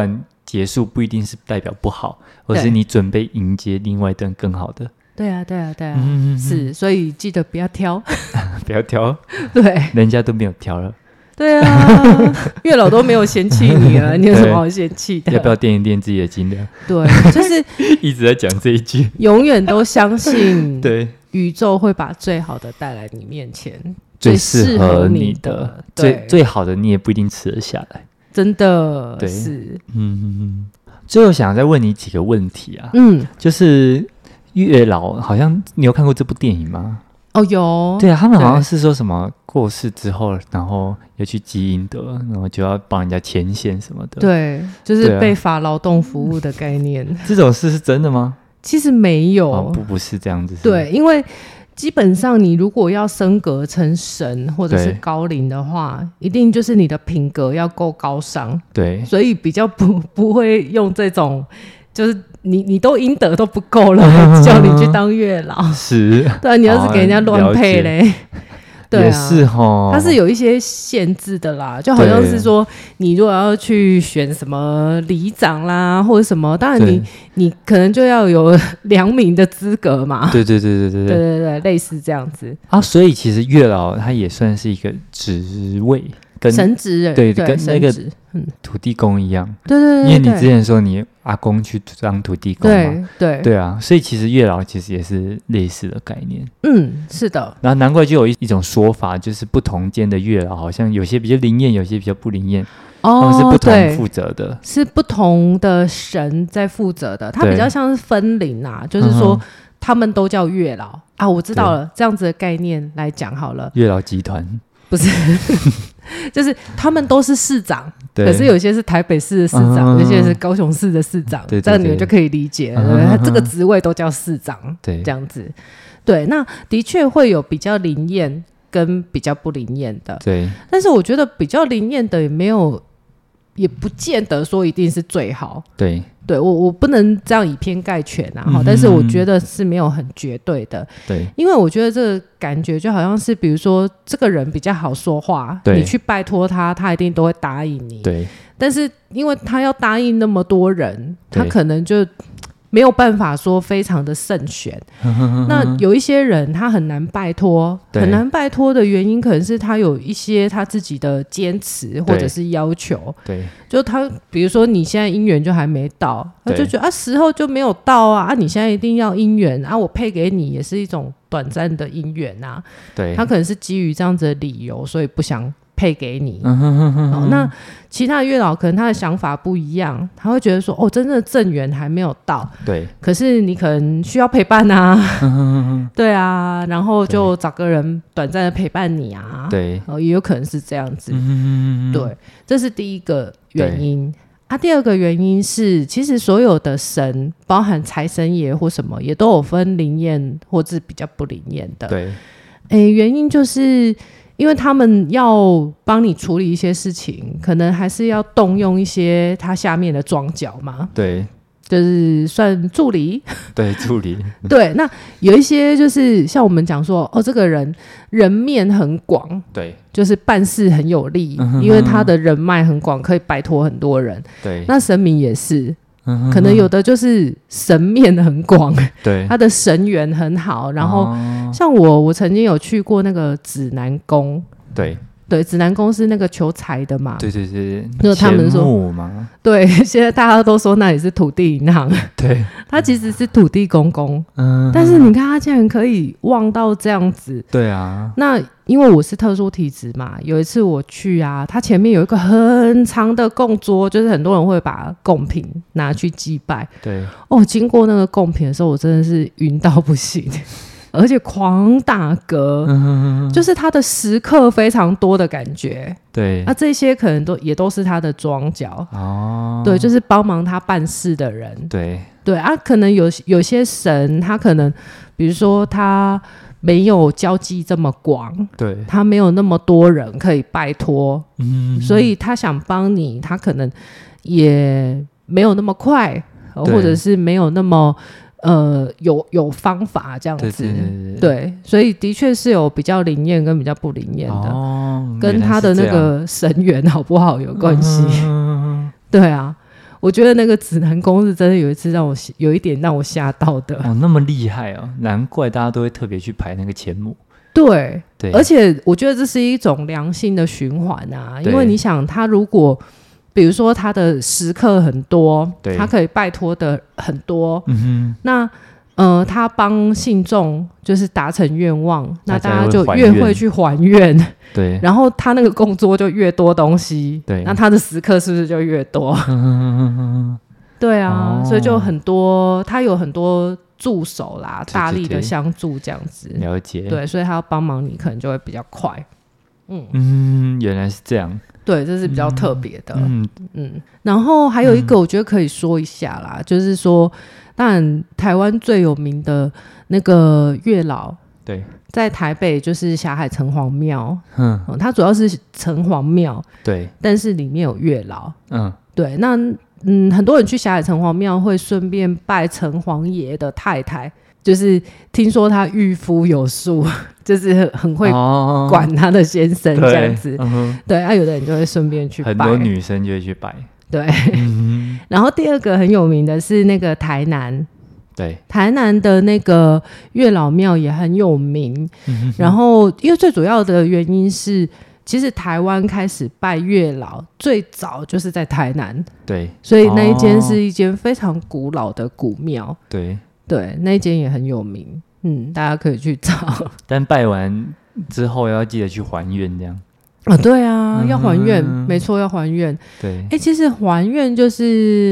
结束不一定是代表不好，而是你准备迎接另外一段更好的。 对啊，对啊，对啊，嗯嗯嗯是，所以记得不要挑， 不要挑， 对， 人家都没有挑了。 对啊，月老都没有嫌弃你了，你有什么好嫌弃的？ 要不要掂一掂自己的斤两？ 对，就是一直在讲这一句， 永远都相信， 对， 宇宙会把最好的带来你面前， 最适合你的，最最好的你也不一定吃得下来， 真的， 对， 是， 嗯嗯嗯。最后想再问你几个问题啊， 嗯， 就是月老，好像你有看过这部电影吗？ 哦，有， 对啊，他们好像是说什么过世之后，然后要去积阴德，然后就要帮人家牵线什么的。 对，就是被法劳动服务的概念。 这种事是真的吗？ 其实没有， 哦、不不是这样子是。 对，因为基本上你如果要升格成神或者是高龄的话，一定就是你的品格要够高尚。 对， 所以比较不不会用这种，就是你你都阴德都不够了，还叫你去当月老。 是， 对啊，你要是给人家乱配嘞。对啊， 也是齁， 它是有一些限制的啦，就好像是说，你如果要去选什么里长啦，或者什么，当然你你可能就要有良民的资格嘛。 对对对对对对对对，类似这样子啊。所以其实月老他也算是一个职位，跟神职人， 对，跟那个土地公一样。 对对对， 因为你之前说你阿公去当土地公嘛， 对对对啊，所以其实月老其实也是类似的概念。 嗯，是的。 然后难怪就有 一, 一种说法，就是不同间的月老好像有些比较灵验，有些比较不灵验。哦，他们是不同负责的， 是不同的神在负责的，它比较像是分灵啊，就是说、嗯、他们都叫月老啊。我知道了，这样子的概念来讲好了， 月老集团不是。就是他们都是市长，可是有些是台北市的市长、嗯、有些是高雄市的市长，对对对，这样你们就可以理解了、嗯、他这个职位都叫市长，对，这样子。对，那的确会有比较灵验跟比较不灵验的，对。但是我觉得比较灵验的也没有，也不见得说一定是最好，对。对，我我不能这样以偏概全啊、嗯、但是我觉得是没有很绝对的，对，因为我觉得这个感觉就好像是比如说这个人比较好说话，你去拜托他他一定都会答应你，对，但是因为他要答应那么多人，他可能就没有办法说非常的慎选那有一些人他很难拜托，很难拜托的原因可能是他有一些他自己的坚持或者是要求，对，就他比如说你现在姻缘就还没到，他就觉得啊时候就没有到啊，啊你现在一定要姻缘啊，我配给你也是一种短暂的姻缘啊，对，他可能是基于这样子的理由所以不想配给你、嗯、哼哼哼哼哦，那其他的月老可能他的想法不一样，他会觉得说哦真正的正缘还没有到，对，可是你可能需要陪伴啊哼哼哼对啊，然后就找个人短暂的陪伴你啊，对、哦、也有可能是这样子、嗯、哼哼哼对，这是第一个原因啊。第二个原因是其实所有的神包含财神爷或什么也都有分灵验或是比较不灵验的，对，诶，原因就是因为他们要帮你处理一些事情，可能还是要动用一些他下面的庄脚嘛，对，就是算助理，对，助理对，那有一些就是像我们讲说哦这个人人面很广，对，就是办事很有力、嗯、因为他的人脉很广，可以拜托很多人，对，那神明也是可能有的就是神面很广，对，他的神缘很好，然后像我我曾经有去过那个指南宫，对对，指南宫是那个求财的嘛，对对对，就他们说嘛，对，现在大家都说那里是土地银行，对，他其实是土地公公，嗯，但是你看他竟然可以旺到这样子，对啊，那因为我是特殊体质嘛，有一次我去啊，他前面有一个很长的供桌，就是很多人会把贡品拿去祭拜，对，哦，经过那个贡品的时候我真的是晕到不行而且狂打嗝、嗯、就是他的食客非常多的感觉，对，那、啊、这些可能都也都是他的庄脚哦，对，就是帮忙他办事的人，对对啊，可能有有些神他可能比如说他没有交际这么广，对，他没有那么多人可以拜托、嗯、所以他想帮你他可能也没有那么快，或者是没有那么呃，有有方法这样子，对, 对, 对, 对, 对，所以的确是有比较灵验跟比较不灵验的、哦，跟他的那个神缘好不好有关系、嗯、对啊， 我觉得那个指南宫是真的有一次让我有一点让我吓到的。 哦，那么厉害哦，难怪大家都会特别去排那个钱母。 对对，而且我觉得这是一种良性的循环啊，因为你想，他如果比如说他的食客很多，他可以拜托的很多，嗯哼，那呃，他帮信众就是达成愿望，那大家就越会去还愿， 对， 然后他那个供桌就越多东西， 对， 那他的食客是不是就越多？对啊、哦，所以就很多，他有很多助手啦，对对对，大力的相助这样子， 了解， 对，所以他要帮忙你，可能就会比较快。嗯嗯，原来是这样， 对，这是比较特别的。嗯嗯，然后还有一个，我觉得可以说一下啦，嗯、就是说，当然台湾最有名的那个月老， 对， 在台北就是霞海城隍庙，嗯、呃，它主要是城隍庙， 对， 但是里面有月老， 嗯， 对，那。嗯，很多人去霞海城隍庙会顺便拜城隍爷的太太，就是听说他御夫有术，就是很会管他的先生这样子。哦嗯、对，啊，有的人就会顺便去拜， 很多女生就会去拜。 对，嗯、然后第二个很有名的是那个台南， 对， 台南的那个月老庙也很有名。嗯、然后，因为最主要的原因是。其实台湾开始拜月老最早就是在台南， 对， 所以那一间是一间非常古老的古庙， 对对，那一间也很有名，嗯，大家可以去找。 但拜完之后要记得去还愿，这样啊、哦，对啊，要还愿，嗯、没错，要还愿。 对， 哎，其实还愿就是，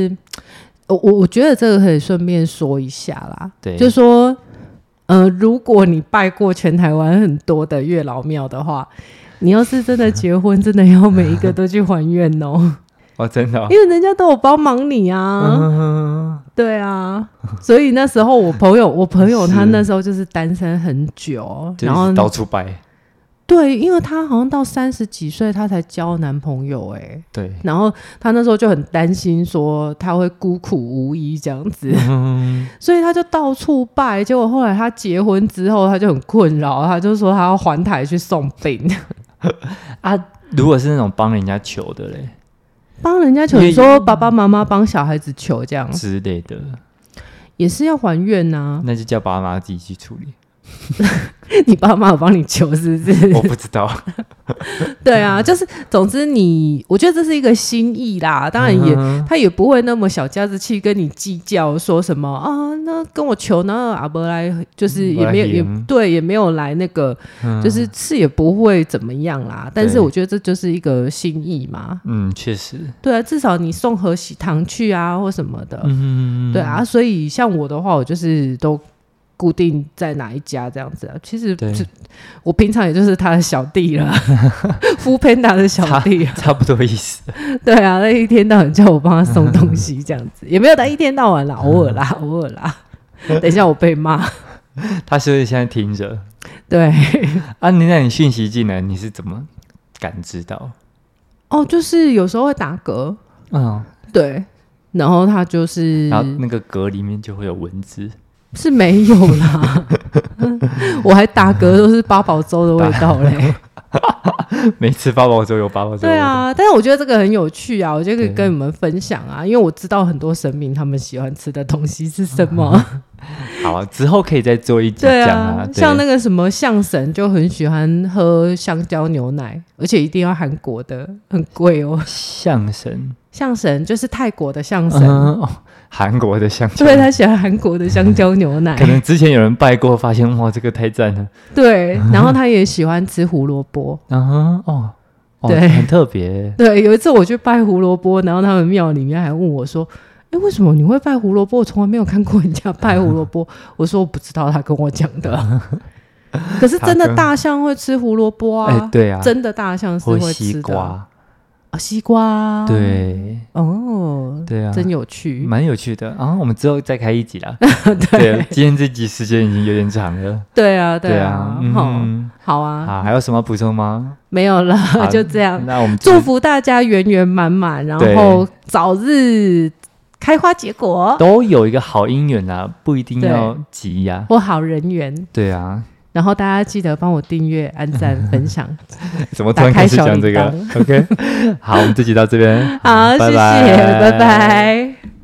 我我我觉得这个可以顺便说一下啦， 对， 就说，呃，如果你拜过全台湾很多的月老庙的话。你要是真的结婚，真的要每一个都去还愿哦。 哦，真的、哦， 因为人家都有帮忙你啊。嗯、对啊，所以那时候我朋友，我朋友他那时候就是单身很久，然后到处拜。 对，因为他好像到三十几岁他才交男朋友哎、欸。 对。 然后他那时候就很担心说他会孤苦无依这样子，嗯、所以他就到处拜。结果后来他结婚之后，他就很困扰，他就说他要还台去送饼。 啊，如果是那种帮人家求的嘞， 帮人家求，你说爸爸妈妈帮小孩子求这样之类的， 也是要还愿啊。 那就叫爸妈自己去处理。 你爸妈有帮你求是不是？ 我不知道。 对啊，就是总之你，我觉得这是一个心意啦。当然也，嗯、他也不会那么小家子气跟你计较，说什么啊，那跟我求，那阿伯来，就是也没有也对，也没有来那个，嗯、就是是也不会怎么样啦。但是我觉得这就是一个心意嘛。 嗯，确实。 对啊，至少你送贺喜糖去啊，或什么的。嗯，对啊，所以像我的话，我就是都。固定在哪一家这样子啊？其实我平常也就是他的小弟了，Foodpanda 的小弟， 差, 差不多意思。 对啊，那一天到晚叫我帮他送东西这样子，也没有他一天到晚啦，偶尔啦，偶尔啦。等一下我被骂， 他是不是现在听着？ 对啊，你那你讯息进来，你是怎么感知到？ 哦，就是有时候会打嗝，嗯，对，然后他就是， 然后那个嗝里面就会有文字。 是没有啦，我还打嗝都是八宝粥的味道嘞。 每次八宝粥有八宝粥的味道。 对啊，但是我觉得这个很有趣啊，我就可以跟你们分享啊，因为我知道很多神明他们喜欢吃的东西是什么。 好啊，之后可以再做一集讲啊。 对啊，像那个什么象神就很喜欢喝香蕉牛奶，而且一定要韩国的，很贵哦。 象神， 象神就是泰国的象神。 嗯哦韩国的香蕉， 对，他喜欢韩国的香蕉牛奶。 可能之前有人拜过，发现哇，这个太赞了。 对，然后他也喜欢吃胡萝卜。 嗯哼，哦，哦对， 很特别。 对，有一次我去拜胡萝卜，然后他们庙里面还问我说：“哎，为什么你会拜胡萝卜？我从来没有看过人家拜胡萝卜。”我说：“我不知道，他跟我讲的。”可是真的大象会吃胡萝卜啊？ 哎，对啊， 真的大象是会吃的。 西瓜。 哦、西瓜， 对， 哦， 对啊， 真有趣， 蛮有趣的。然后、啊、我们之后再开一集啦。对, 对，今天这集时间已经有点长了。 对啊，对啊， 对啊嗯、好啊。 好，还有什么补充吗？ 没有了，就这样。 那我们祝福大家圆圆满满，然后早日开花结果， 都有一个好姻缘啊，不一定要急呀、啊， 或好人缘。 对啊。 然后大家记得帮我订阅、按赞、分享。 怎么突然开始讲这个 ？OK， 好，我们这集到这边， 好， 拜拜谢谢，拜拜。